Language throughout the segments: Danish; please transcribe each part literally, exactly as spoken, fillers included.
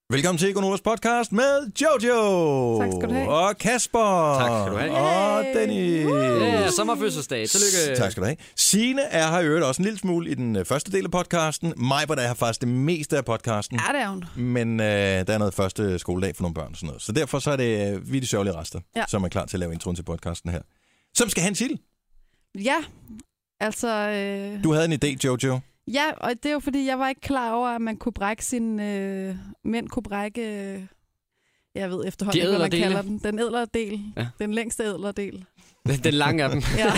Velkommen til Gonovas podcast med Jojo. Tak skal du have. Og Kasper. Tak skal du have. Og Dennis. Ja, sommerfødselsdag. Tillykke. Tak skal du have. Signe er her i øvrigt også en lille smule i den første del af podcasten. Majbert er her faktisk det meste af podcasten. Ja, det er hun. Men øh, der er noget første skoledag for nogle børn og sådan noget. Så derfor så er det øh, vi de sørgelige rester, ja. som er klar til at lave introen til podcasten her. Som skal have en titel. Ja, altså... Øh... Du havde en idé, Jojo. Ja, og det er jo fordi, jeg var ikke klar over, at man kunne brække sin... Øh, mænd kunne brække... Øh, jeg ved efterhånden ikke, hvad man dele. kalder den. Den ædlere del. Ja. Den længste ædlere del. Den, den lange af dem. Ja.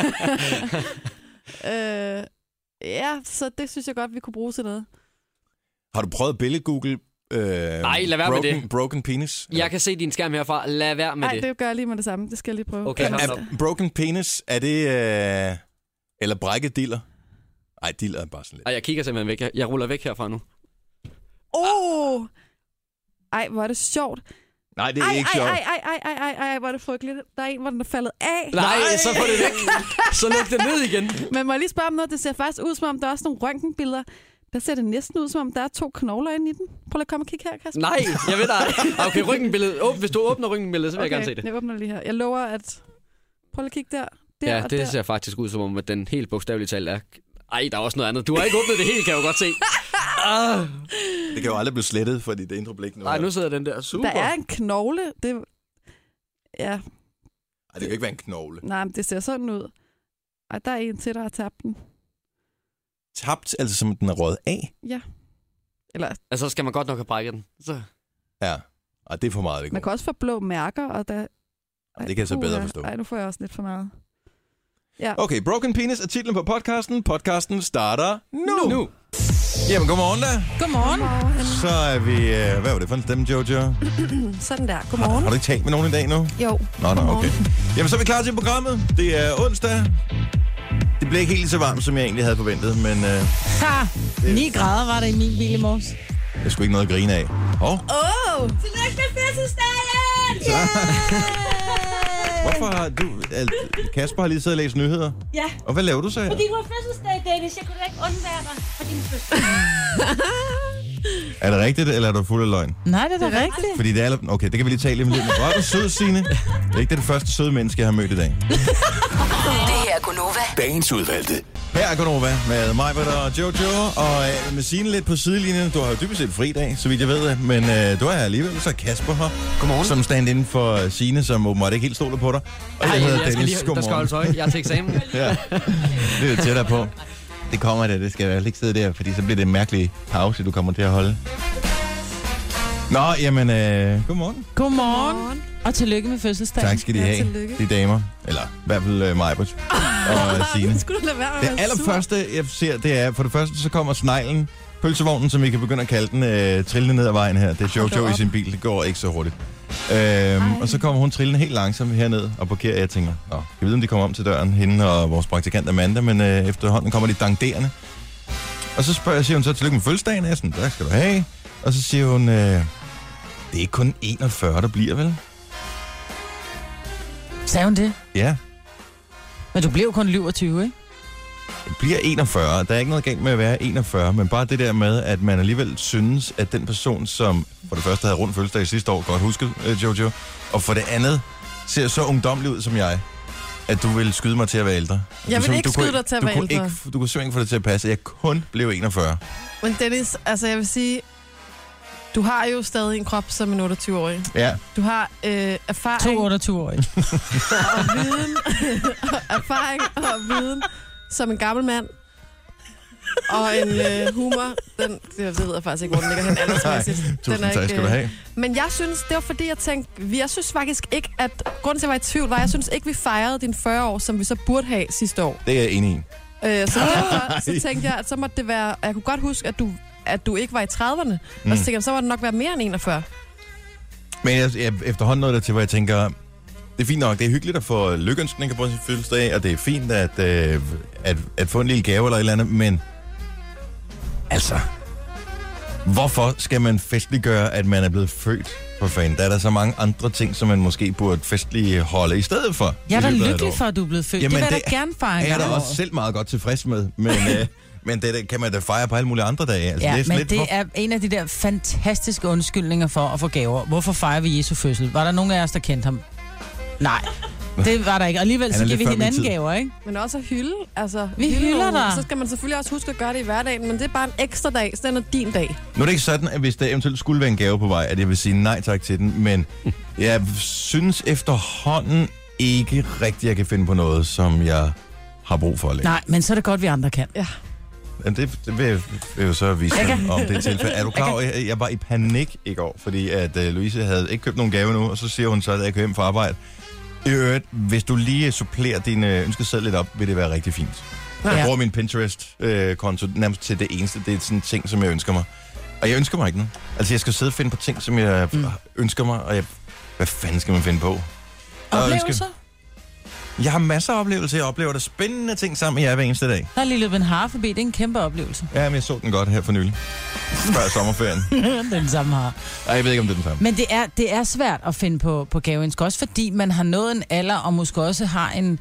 øh, ja, så det synes jeg godt, vi kunne bruge til noget. Har du prøvet billed-google? Øh, Nej, lad være broken, med det. Broken penis? Jeg kan se din skærm herfra. Lad være med Nej, det. det gør jeg lige med det samme. Det skal jeg lige prøve. Okay, Er, er broken penis, er det... Øh, eller brækket diller? Nej, diller er bare sådan lidt. Ej, jeg kigger simpelthen væk. Jeg, jeg ruller væk herfra nu. Åh! Oh! Ej, hvor er det sjovt. Nej, det er Ej, ikke ej, sjovt. ej, ej, ej, ej, ej, hvor er det frygteligt. Der er en, hvor den er faldet af. Nej, så få det væk. Så luk det ned igen. Men må jeg lige spørge om noget? Det ser faktisk ud, som om der er også nogle røntgenbilleder. Der ser det næsten ud, som om der er to knogler inde i den. Prøv lige at komme og kigge her, Kasper. Nej, jeg ved dig. Okay, røntgenbilledet. Åb, hvis du åbner røntgenbilledet, så vil okay, jeg gerne se det. jeg åbner lige her. Jeg lover, at... Prøv lige at kigge der. der Ja, og det der. ser faktisk ud som om, at den helt bogstaveligt talt er... Ej, der er også noget andet. Du har ikke åbnet det helt, kan jeg jo godt se. Ah. Det kan jo aldrig blive slettet, fordi det er indre blik nu. Nej, nu sidder den der super. Der er en knogle. Det... Ja, Ej, det kan ikke være en knogle. nej, men det ser sådan ud. Og der er en til, der har tabt den. Tabt, altså som den er røget af? Ja. Eller, Altså, så skal man godt nok have brækket den. Så... Ja. Ej, det er for meget, det man kan også få blå mærker, og der... Ej, det kan jeg så bedre forstå. Nej, nu får jeg også lidt for meget. Ja. Okay, Broken Penis er titlen på podcasten. Podcasten starter nu. Nu. Jamen, godmorgen da. Godmorgen. Så er vi... Øh, hvad var det for en stemme, Jojo? Sådan der. Har, Godmorgen. har du ikke talt med nogen i dag nu? Jo. Nå, nå, okay. Jamen, så er vi klar til programmet. Det er onsdag. Det blev ikke helt så varmt, som jeg egentlig havde forventet, men øh, Ha! ni grader var der i min bil i morges. jeg skulle ikke noget at grine af. Hov. Åh! Oh. Tillykke med fødselsdagen! Ja. Hvorfor har du... Al, Kasper har lige siddet og læst nyheder. Ja. Og hvad laver du så her? Fordi du har fødselsdag, Dennis. Jeg kunne da ikke undvære dig for din fødselsdag. Er det rigtigt, eller er du fuld af løgn? Nej, det er da rigtigt. Fordi det er... Okay, det kan vi lige tale lige om lidt. Hvor er du sød, Signe? Det er ikke det første søde menneske, jeg har mødt i dag. Det her er Gonova. Dagens udvalgte. Her er Gonova med Majbert og Jojo, og øh, med Signe lidt på sidelinjen. Du har jo dybest set fri dag, så vidt jeg ved det, men øh, du er her alligevel, så er Kasper her. Godmorgen. Som stand inden for Signe, som åbenbart ikke helt stoler på dig. Og Ej, jeg hedder jeg skal Dennis. lige, der skal Godmorgen. holdes høj. Jeg er til eksamen. Ja, det er tættere på. Det kommer det, det skal jeg ikke sidde der, fordi så bliver det en mærkelig pause, du kommer til at holde. Nå, jamen, øh, godmorgen. Godmorgen. Og tillykke med fødselsdagen. Tak skal de Ja, have, tillykke. de damer. Eller i hvert fald øh, Majbert og Signe. Skulle du lade være med Det at være allerførste, jeg ser, det er, for det første, så kommer sneglen, pølsevognen, som vi kan begynde at kalde den, øh, trillende ned ad vejen her. Det er Hold da Jojo i op. sin bil, det går ikke så hurtigt. Øhm, og så kommer hun trillende helt langsomt herned og parkerer. Jeg tænker, Nå, jeg ved, om de kommer om til døren, hende og vores praktikant Amanda, men øh, efterhånden kommer de dangderende. Og så spørger jeg, siger hun så, tillykke med fødselsdagen. Jeg er sådan, tak skal du have. Og så siger hun, øh, det er ikke kun enogfyrre, der bliver, vel? Sagde hun det? Ja, Men du blev kun syvogtyve, ikke? det bliver enogfyrre. Der er ikke noget galt med at være enogfyrre, men bare det der med, at man alligevel synes, at den person, som for det første havde rundt fødselsdag sidste år, godt husket, øh, Jojo, og for det andet ser så ungdomlig ud som jeg, at du vil skyde mig til at være ældre. Jeg Du vil sim- ikke du kunne skyde dig til at du være kunne ældre. Ikke, du kunne simpelthen ikke få det til at passe, at jeg kun blev enogfyrre. Men Dennis, altså jeg vil sige, du har jo stadig en krop som en otteogtyve-årig. Ja, Du har øh, erfaring To otteogtyve-årige. og viden, erfaring og viden som en gammel mand. Og en øh, humor, den, det ved jeg faktisk ikke, hvor den ligger hen aldersmæssigt. tusind Den er tak ikke, skal du øh, have. Men jeg synes, det var fordi, jeg tænkte, jeg synes faktisk ikke, at grunden til, at jeg var i tvivl, var, at jeg synes ikke, vi fejrede dine fyrre år, som vi så burde have sidste år. Det er jeg enig i. Øh, så derfor så tænkte jeg, at så måtte det være, jeg kunne godt huske, at du, at du ikke var i trediverne. Mm. Og så tænkte jeg, så må det nok være mere end enogfyrre. Men jeg, jeg, efterhånden noget der til, hvor jeg tænker, det er fint nok, det er hyggeligt at få lykønskninger på sin fødselsdag, og det er fint at, øh, at, at få en lille gave eller et eller andet, men altså, hvorfor skal man festliggøre, at man er blevet født, for fanden? Der er der så mange andre ting, som man måske burde festligholde i stedet for. Jeg er da i løbet af et lykkelig år. for, at du er blevet født. Jamen, det vil jeg det da gerne fejre. Jeg er da også selv meget godt tilfreds med, men, øh, Men det kan man da fejre på alle mulige andre dage. Altså, Ja, det er sådan men lidt, det hvor- er en af de der fantastiske undskyldninger for at få gaver. Hvorfor fejrer vi Jesu fødsel? Var der nogen af os, der kendte ham? Nej, det var der ikke. Og alligevel Han er så giver lidt vi før min hinanden tid. gaver, ikke? Men også at hylde. Altså, Vi hylde hylder nogen. dig. Så skal man selvfølgelig også huske at gøre det i hverdagen, men det er bare en ekstra dag, så den er din dag. Nu er det ikke sådan, at hvis der eventuelt skulle være en gave på vej, at jeg vil sige nej tak til den, men jeg synes efterhånden ikke rigtigt, jeg kan finde på noget, som jeg har brug for at lave. Nej, men så er det godt, vi andre kan. Ja. Men det, det vil, vil jo så vise Jeg mig, kan. om det er tilfælde. Er du klar over, at jeg var i panik i går, fordi at uh, Louise havde ikke købt nogen gave nu, og så siger hun så, at jeg kører hjem fra arbejde. I øvrigt, hvis du lige supplerer din øh, ønskeseddel lidt op, vil det være rigtig fint. Jeg Ja. bruger min Pinterest-konto øh, nærmest til det eneste. Det er sådan en ting, som jeg ønsker mig. Og jeg ønsker mig ikke noget. Altså, jeg skal sidde og finde på ting, som jeg mm. ønsker mig, og jeg, hvad fanden skal man finde på? Og Oplevelser? ønsker- Jeg har masser af oplevelser. Jeg oplever der spændende ting sammen med jer hver eneste dag. Der er lige løbet en hare forbi. Det er en kæmpe oplevelse. Ja, men jeg så den godt her for nylig. Før sommerferien. det er den samme hare. Ej, jeg ved ikke, om det er den samme. Men det er, det er svært at finde på, på gaveønsker, også fordi man har nået en alder, og måske også har en,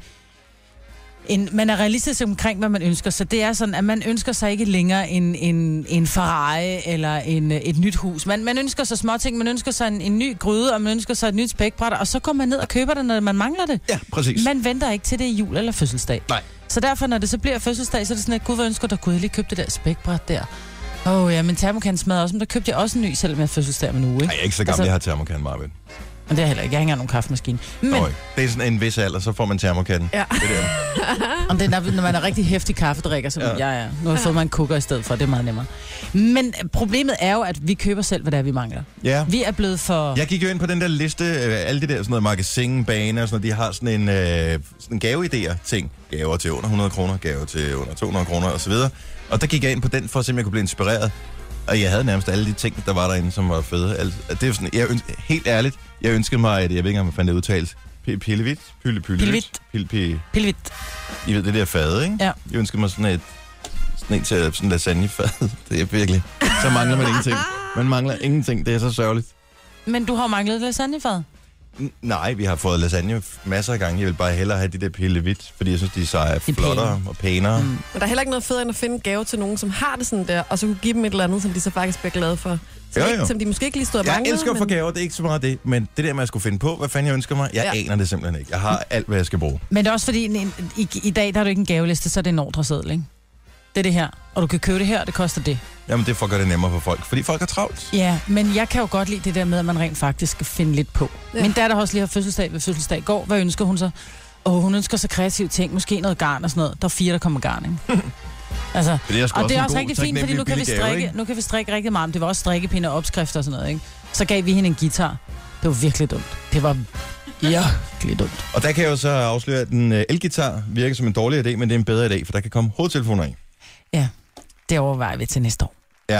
en... Man er realistisk omkring, hvad man ønsker, så det er sådan, at man ønsker sig ikke længere en, en, en Ferrari eller en, et nyt hus. Man, man ønsker sig små ting, man ønsker sig en, en ny gryde, og man ønsker sig et nyt spækbræt, og så går man ned og køber det, når man mangler det. Ja, præcis. Man venter ikke til det er jul eller fødselsdag. Nej. Så derfor, når det så bliver fødselsdag, så er det sådan, at gud, hvad ønsker du? Gud, jeg lige købte det der spækbræt der. Åh oh, ja, men termokan smadrer også, men der købte jeg også en ny, selvom jeg har fødselsdag om en uge, ikke? Ej, jeg er ikke så gammel, Altså- jeg har termokan, Marvin. Men det er heller ikke. Jeg har ikke engang nogen kaffemaskine. Men Nå, det er sådan en vis alder, så får man termokatten. Ja. Det er det. om det er, når man er rigtig hæftig kaffedrikker, som Ja. ja. jeg er. Nu har jeg fået mig en kukker i stedet for, det er meget nemmere. Men problemet er jo, at vi køber selv, hvad det er, vi mangler. Ja. Vi er blevet for... Jeg gik jo ind på den der liste, øh, alle de der sådan noget magasin, baner og sådan noget, de har sådan en, øh, sådan en gaveidéer ting. Gaver til under hundrede kroner, gaver til under to hundrede kroner osv. Og der gik jeg ind på den, for at se, om jeg kunne blive inspireret. Og jeg havde nærmest alle de ting, der var derinde, som var fede. Altså, det er jo sådan, jeg ønsker, helt ærligt, jeg ønskede mig, at jeg ved ikke engang, hvad fanden det udtales. P- Pillevit? Pylle, Pillevit. Pille, pille. Pilvidt. I ved, det der fade, ikke? Ja. Jeg ønskede mig sådan et, sådan et til sådan en lasagnefad. Det er virkelig. Så mangler man ingenting. Man mangler ingenting. Det er så sørgeligt. Men du har manglet lasagnefad. N- Nej, vi har fået lasagne masser af gange. Jeg vil bare hellere have de der pillevit, fordi jeg synes, de er seje, De er flottere og pænere. Mm. Men der er heller ikke noget federe end at finde en gave til nogen, som har det sådan der, og så kunne give dem et eller andet, som de så faktisk bliver glade for. Så Jo, ikke, jo. som de måske ikke lige stod og Jeg manglede. elsker at få men- gaver, det er ikke så meget det. Men det der med at skulle finde på, hvad fanden jeg ønsker mig, jeg Ja. aner det simpelthen ikke. Jeg har alt, hvad jeg skal bruge. Men det er også fordi, en, en, i, i dag der er du ikke en gaveliste, så er det en ordreseddel, ikke? Det er det her. Og du kan købe det her, og det koster det. Jamen, det får gøre det nemmere for folk, fordi folk er travlt. Ja, men jeg kan jo godt lide det der med, at man rent faktisk skal finde lidt på. Ja. Ja. Min datter har også lige haft fødselsdag ved fødselsdag i går. Hvad ønsker hun så? Åh, hun ønsker sig kreative ting. Måske noget garn og sådan noget. Der er fire, der kommer garn, ikke? altså, Det er sgu og det er en også god, rigtig fint, fordi taknemmelig nu kan, vi billig gave, strikke, ikke? nu kan vi strikke rigtig meget. Det var også strikkepinde og opskrifter og sådan noget, ikke? Så gav vi hende en guitar. Det var virkelig dumt. Det var virkelig dumt. Og der kan jeg jo så afsløre, at den uh, elgitar virker som en dårlig idé, men det er en bedre idé, for der kan komme hovedtelefoner i. Ja, det overvejer vi til næste år. Ja,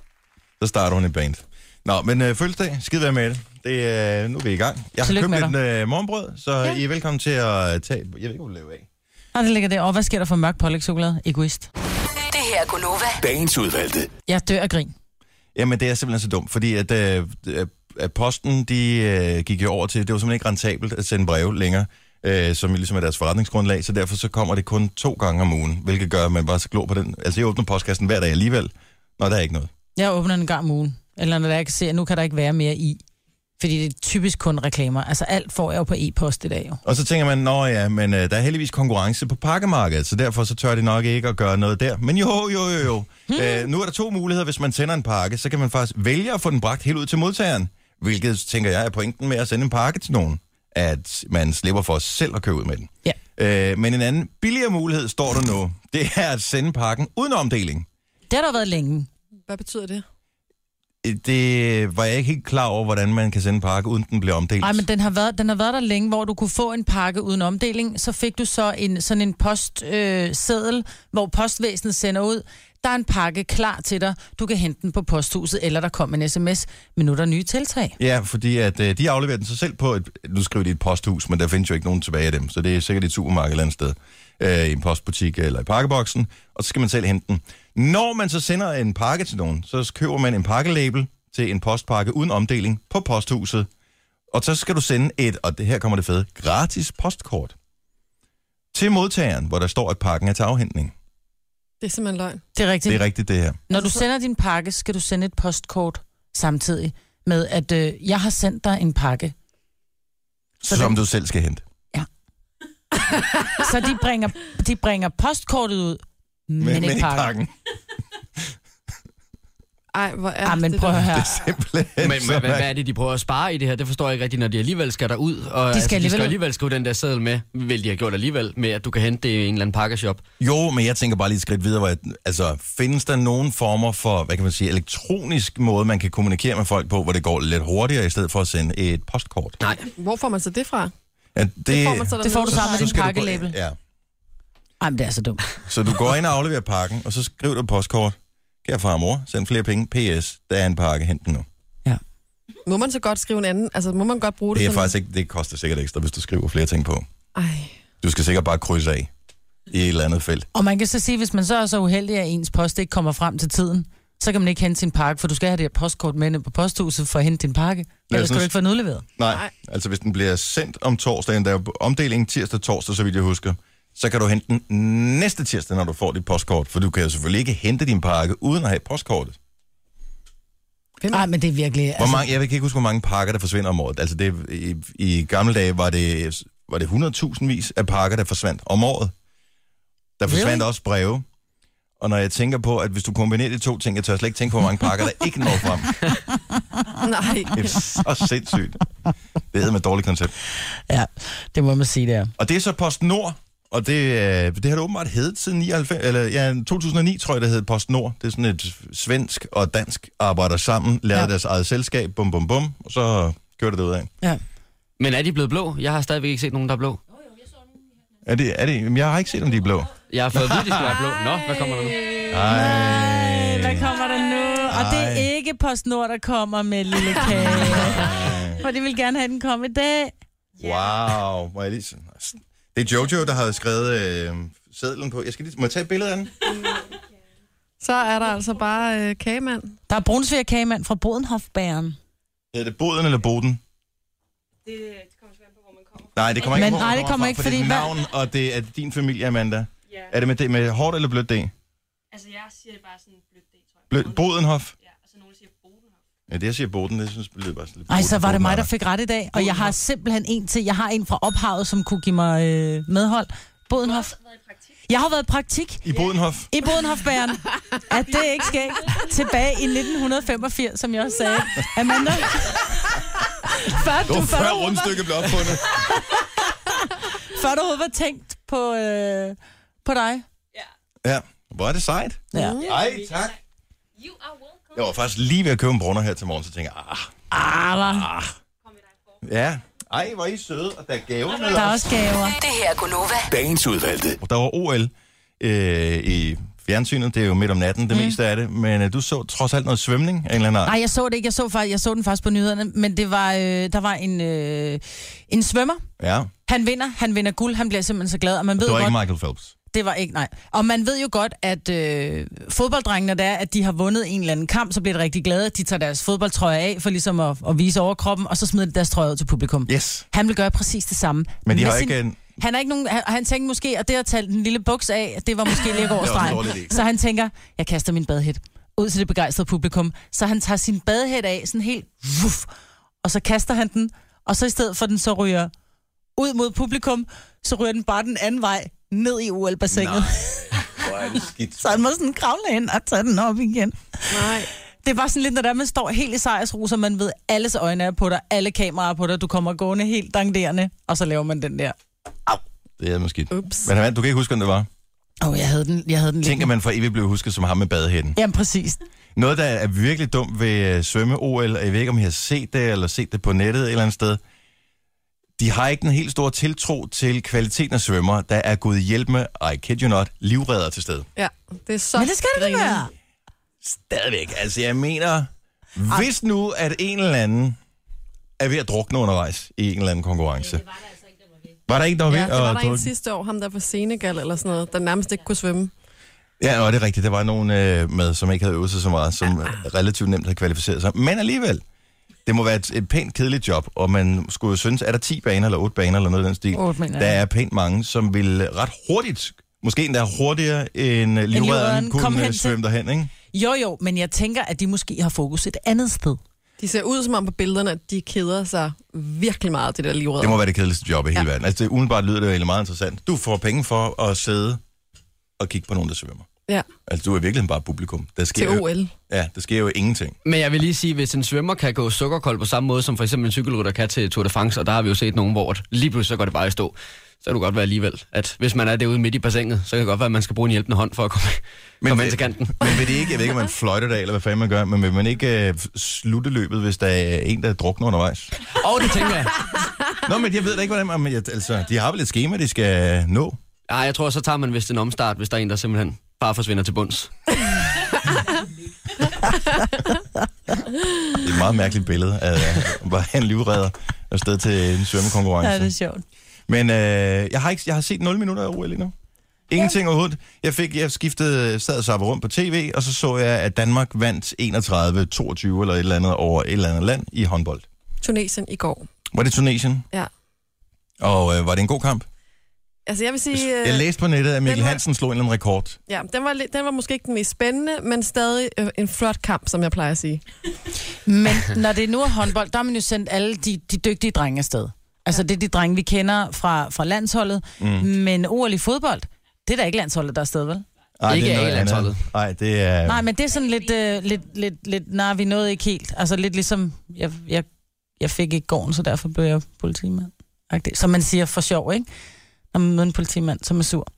så starter hun et band. Nå, men uh, fødselsdag, skide være med det. det uh, nu er vi i gang. Jeg har Tillykke købt med lidt uh, morgenbrød, så Ja. I er velkommen til at tage... Jeg ved ikke, hvor du laver af. Og det ligger der. Og hvad sker der for mørk pålægtschokolade? Egoist. Det her er Gunova. Dagens udvalgte. Jeg dør af grin. Jamen, det er simpelthen så dumt, fordi at, øh, at posten, de øh, gik jo over til, det var simpelthen ikke rentabelt at sende breve længere, øh, som ligesom er deres forretningsgrundlag, så derfor så kommer det kun to gange om ugen, hvilket gør, at man bare skal glå på den. Altså, jeg åbner postkassen hver dag alligevel, når der er ikke noget. Jeg åbner en gang om ugen. Eller når jeg kan se, at nu kan der ikke være mere i. Fordi det er typisk kun reklamer. Altså alt får jeg jo på e-post i dag jo. Og så tænker man, nå ja, men øh, der er heldigvis konkurrence på pakkemarkedet, så derfor så tør de nok ikke at gøre noget der. Men jo, jo, jo, jo. Hmm. Øh, nu er der to muligheder, hvis man sender en pakke, så kan man faktisk vælge at få den bragt helt ud til modtageren. Hvilket, tænker jeg, er pointen med at sende en pakke til nogen. At man slipper for selv at købe ud med den. Ja. Øh, men en anden billigere mulighed, står der nu, det er at sende pakken uden omdeling. Det har der været længe. Hvad betyder det? Det var jeg ikke helt klar over, hvordan man kan sende en pakke, uden den bliver omdelt. Nej, men den har, været, den har været der længe, hvor du kunne få en pakke uden omdeling. Så fik du så en, sådan en postseddel, øh, seddel, hvor postvæsenet sender ud. Der er en pakke klar til dig. Du kan hente den på posthuset, eller der kommer en sms. Men nu er der nye tiltag. Ja, fordi at, øh, de afleverer den sig selv på et, nu skriver de et posthus, men der findes jo ikke nogen tilbage af dem, så det er sikkert et supermarked et eller andet sted, øh, i en postbutik eller i pakkeboksen, og så skal man selv hente den. Når man så sender en pakke til nogen, så køber man en pakkelabel til en postpakke uden omdeling på posthuset, og så skal du sende et, og det her kommer det fede, gratis postkort til modtageren, hvor der står, at pakken er til afhentning. Det er simpelthen løgn. Det er rigtigt. Det er rigtigt, det her. Når du sender din pakke, skal du sende et postkort samtidig med, at øh, jeg har sendt dig en pakke. Så som den... du selv skal hente. Ja. Så de bringer, de bringer postkortet ud, men, men ikke pakken. pakken. Ej, hvor er ah, men det prøv at høre. Det er simpelthen Men hvad, hvad er det, de prøver at spare i det her? Det forstår jeg ikke rigtigt, når de alligevel skal derud. Og de skal, altså, alligevel... de skal alligevel skrive den der seddel med, vil de have gjort alligevel, med at du kan hente det i en eller anden pakkeshop. Jo, men jeg tænker bare lige et skridt videre. Hvor jeg, altså, findes der nogen former for, hvad kan man sige, elektronisk måde, man kan kommunikere med folk på, hvor det går lidt hurtigere, i stedet for at sende et postkort? Nej. Hvor får man så det fra? Ja, det, det får man så det får du sammen med din skal pakkelabel. Ja. Ej, men det er så dumt. Så du går ind og afleverer pakken, og så skriver du et postkort. Kære far og mor, send flere penge. P S, der er en pakke, hent den nu. Ja. Må man så godt skrive en anden? Altså, må man godt bruge det? Det er sådan? faktisk ikke, det koster sikkert ekstra, hvis du skriver flere ting på. Ej. Du skal sikkert bare krydse af i et eller andet felt. Og man kan så sige, hvis man så er så uheldig, at ens post ikke kommer frem til tiden, så kan man ikke hente sin pakke, for du skal have det her postkort med på posthuset for at hente din pakke. Ellers skal du ikke få den udleveret. Nej, Nej, altså hvis den bliver sendt om torsdagen, der er omdeling tirsdag torsdag, så vidt jeg husker, så kan du hente den næste tirsdag, når du får dit postkort, for du kan jo selvfølgelig ikke hente din pakke uden at have postkortet. Nej, men det er virkelig... Hvor mange, jeg kan ikke huske, hvor mange pakker, der forsvinder om året. Altså det, i, i gamle dage var det, var det hundredtusindvis af pakker, der forsvandt om året. Der forsvandt really? også breve. Og når jeg tænker på, at hvis du kombinerer de to ting, jeg tør slet ikke tænke på, hvor mange pakker, der ikke når frem. Nej. Det er så sindssygt. Det hedder med et dårligt koncept. Ja, det må man sige, det er. Og det er så PostNord, og det, det har det åbenbart heddet siden nioghalvfems, eller, ja, to tusind og ni, tror jeg, det hed PostNord. Det er sådan et svensk og dansk arbejder sammen, lavede ja. deres eget selskab, bum bum bum, og så kører det derudad. Ja. Men er de blevet blå? Jeg har stadigvæk ikke set nogen, der er blå. Er det, er det, jeg har ikke set, om de er blå. Jeg har fået at vide, de skulle være blå. Nå, hvad kommer der nu? Ej. Hvad kommer der nu? Ej. Og det er ikke PostNord, der kommer med lille kage. For de vil gerne have den komme i dag. Wow. Må jeg lige... Det er Jojo, der har skrevet øh, sedlen på. Jeg skal lige... Må jeg tage et billede af den? Så er der altså bare øh, kagemand. Der er brunsviger kagemand fra Bodenhofbæren. Er det Boden eller Boden? Det kommer svært på, hvor man kommer. Nej, det kommer ikke, Men, hvor nej, det kommer kommer fra, ikke, for fordi... det er navn, og det er din familie, Amanda. Ja. Er det med, det, med hårdt eller blødt D? Altså, jeg siger det bare sådan blødt D, tror jeg. Blød, Bodenhof? Ja, og så nogen siger Bodenhof. Ja, det jeg siger Boden, det synes jeg lyder bare sådan lidt... Ej, så var det mig, der Boden, fik ret i dag. Og jeg har simpelthen en til. Jeg har en fra ophavet, som kunne give mig øh, medhold. Bodenhof. Jeg har været i praktik. I Bodenhof? I Bodenhofbæren. At det ikke skægt. Tilbage i nitten femogfirs, som jeg også sagde. Amanda? Før Det var du, før før, rundstykket blev opfundet. før du overhovedet var tænkt på, øh, på dig. Ja, hvor er det sejt. Ja. Ej, tak. You are welcome. Jeg var faktisk lige ved at købe en brunner her til morgen, så tænkte jeg, ah, Ah, hva? ah. Ja. Ej, hvor er I søde, og der er gaver med Der er os. også gaver. Det her er Gunova. Dagens udvalgte. Der var O L øh, i fjernsynet, det er jo midt om natten, det mm. meste af det, men øh, du så trods alt noget svømning af en eller anden art. Nej, jeg så det ikke. Jeg så, faktisk, jeg så den faktisk på nyhederne, men det var, øh, der var en, øh, en svømmer. Ja, Han vinder, han vinder guld, han bliver simpelthen så glad, og man ved det var godt... ikke Michael Phelps. Det var ikke, nej. Og man ved jo godt, at øh, fodbolddrengene, der er, at de har vundet en eller anden kamp, så bliver de rigtig glade. De tager deres fodboldtrøje af for ligesom at, at vise overkroppen, og så smider de deres trøje ud til publikum. Yes. Han vil gøre præcis det samme. Men de Med har sin, ikke en... Han er ikke nogen, han, han tænkte måske, at det at tage den lille buks af, det var måske lidt over Det var en dårlig stregen. idé. Så han tænker, jeg kaster min badhæt ud til det begejstrede publikum. Så han tager sin badhæt af, sådan helt, vuff, og så kaster han den, og så i stedet for den så ryger ud mod publikum, så ryger den bare den anden vej, ned i O L-bassinet. Nej, hvor er det skidt. Så han må sådan kravle ind og tage den op igen. Nej. Det var sådan lidt, når der man står helt i sejrsrus, og man ved, alles øjne er på dig, alle kameraer er på dig, du kommer gående helt dangderende, og så laver man den der. Au. Det er måske. Ups. Men Amanda, du kan ikke huske, om det var. Åh, oh, jeg havde den, jeg havde den Tænker liggende. man for evigt blev husket som ham med badehætten. Jamen, præcis. Noget, der er virkelig dumt ved svømme-O L, og jeg ved ikke, om I har set det, eller set det på nettet et eller andet sted. De har ikke en helt stor tiltro til kvaliteten af svømmer. Der er gået hjælp med, I kid you not, livredder til stede. Ja, det er så Men det skal det grinerende. være. Stadigvæk. Altså, jeg mener, hvis nu, at en eller anden er ved at drukne undervejs i en eller anden konkurrence. Var der ikke, der var ved Ja, det var at der en drukne? sidste år, ham der fra Senegal eller sådan noget, der nærmest ikke kunne svømme. Ja, nå, det er rigtigt. Der var nogen øh, med, som ikke havde øvet sig så meget, som ja. relativt nemt havde kvalificeret sig. Men alligevel, det må være et, et pænt kedeligt job, og man skulle jo synes, er der ti baner eller otte baner eller noget af den stil? Otte, mener der jeg. er pænt mange, som vil ret hurtigt Måske endda hurtigere end livredderen livredderen kom kunne hen øh, svømme derhen, ikke? Jo, jo, men jeg tænker, at de måske har fokus et andet sted. De ser ud som om på billederne, at de keder sig virkelig meget, det der livredder. Det må være det kedeligste job i hele Ja. verden. Altså, det umiddelbart lyder det jo egentlig meget interessant. Du får penge for at sidde og kigge på nogen, der svømmer. Ja, Altså, du er virkelig bare publikum. Der sker til jo, O L. ja, der sker jo ingenting. Men jeg vil lige sige, hvis en svømmer kan gå sukkerkold på samme måde, som for eksempel en cykelrytter kan til Tour de France, og der har vi jo set nogen, hvor lige pludselig så går det bare i stå, så kan det godt være alligevel, at hvis man er derude midt i bassinet, så kan det godt være, at man skal bruge en hjælpende hånd for at komme, Men komme vil- ind til kanten. Men vil det ikke, jeg ved ikke, om man fløjter det, eller hvad fanden man gør, men vil man ikke uh, slutte løbet, hvis der er en, der drukner undervejs? Og det tænker jeg. Nå, men jeg ved da ikke, hvordan man... jeg- Altså, de har vel et schema, de skal nå. Ja, jeg tror, så tager man vist en omstart, hvis der er en, der simpelthen bare forsvinder til bunds. Det er et meget mærkeligt billede af uh, bare en livredder afsted til en svømmekonkurrence. Ja, det er sjovt. Men øh, jeg, har ikke, jeg har set nul minutter af O L lige nu. Ingenting ja. overhovedet. Jeg fik, jeg skiftede, sad og zappede rundt på tv, og så så jeg, at Danmark vandt enogtredive toogtyve eller et eller andet over et eller andet land i håndbold. Tunesien i går. Var det Tunesien? Ja. Og øh, var det en god kamp? Altså, jeg vil sige... Jeg læste på nettet, at Mikkel var- Hansen slog en eller anden rekord. Ja, den var, lidt- den var måske ikke den mest spændende, men stadig øh, en flot kamp, som jeg plejer at sige. Men når det nu er håndbold, der har man jo sendt alle de, de dygtige drenge afsted. Altså det er de drenge, vi kender fra, fra landsholdet. Mm. Men O L i fodbold, det er da ikke landsholdet, der er afsted, vel? Ej, Ikke det er noget A-landsholdet. andet. Nej, det er... Nej, men det er sådan lidt, øh, lidt, lidt, lidt nej, vi nåede ikke helt. Altså lidt ligesom, jeg, jeg, jeg fik ikke gården, så derfor blev jeg politimand. Som man siger for sjov, ikke? Når man møder en politimand, som er sur.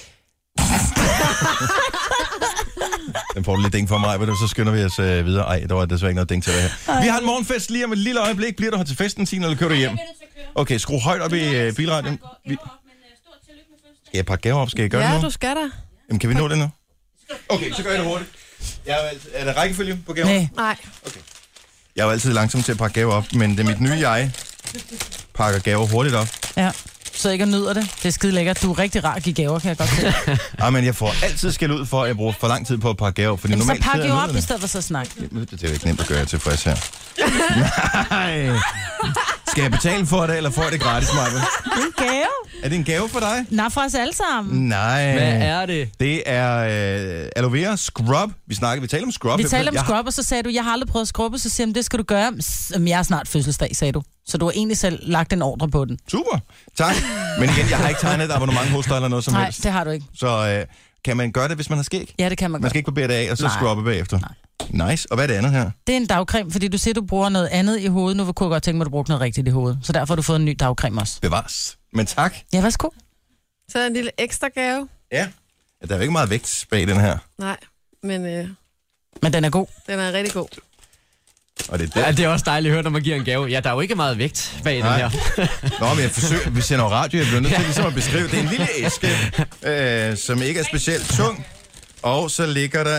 Den får du lidt ding for mig, men så skynder vi os øh, videre. Ej, der var desværre ikke noget ding til det her. Vi har en morgenfest lige om et lille øjeblik. Bliver du her til festen, Signe, eller kører du hjem? Okay, skru højt op i øh, bilradioen. Vi... Skal jeg pakke gaver op? Skal jeg gøre Ja, det nu? du skal da. Jamen, kan vi nå det nu? Okay, så gør jeg det hurtigt. Jeg er, jo altid... er der rækkefølge på gaver? Nej. Nej. Jeg er jo altid langsom til at pakke gaver op, men det er mit nye jeg pakker gaver hurtigt op. Ja, så ikke og nyder det. Det er skide lækkert. Du er rigtig rar at give gaver, kan jeg godt se. Ej, men jeg får altid skæld ud for, at jeg bruger for lang tid på at pakke gaver, fordi Jamen, så normalt pak sidder jo jeg op, nede i stedet for så at snakke. det. Det er jo ikke nemt at gøre tilfreds her. Nej. Skal jeg betale for det, eller får jeg det gratis, Maja? Det er en gave. Er det en gave for dig? Nej, for os alle sammen. Nej. Hvad er det? Det er øh, aloe vera scrub. Vi snakker, vi taler om scrub. Vi Jeg- talte om jeg- scrub, og så sagde du, jeg har aldrig prøvet at skrubbe, så siger jeg, det skal du gøre. Jamen, jeg er snart fødselsdag, sagde du. Så du har egentlig selv lagt en ordre på den. Super, tak. Men igen, jeg har ikke tegnet et abonnement hos dig eller noget som Nej, helst. det har du ikke. Så øh, kan man gøre det, hvis man har skæg? Ja, det kan man Man godt. skal ikke barbere det af, og så Nej. scrubbe bagefter? Nej. Nice. Og hvad er det andet her? Det er en dagcreme, fordi du siger, du bruger noget andet i hovedet. Nu kunne jeg godt tænke mig, at du brugte noget rigtigt i hovedet. Så derfor har du fået en ny dagcreme også. Bevares. Men tak. Ja, værsgo. Så er der en lille ekstra gave. Ja. Der er jo ikke meget vægt bag den her. Nej, men øh, Men den er god. den er rigtig god. Og det er Ja, der. det er også dejligt at høre, når man giver en gave. Ja, der er jo ikke meget vægt bag Nej. den her. Nå, men jeg forsøger, vi sender jo radio, jeg bliver nødt til ligesom at beskrive. Det er en lille æske, øh, som ikke er specielt tung. Og så ligger der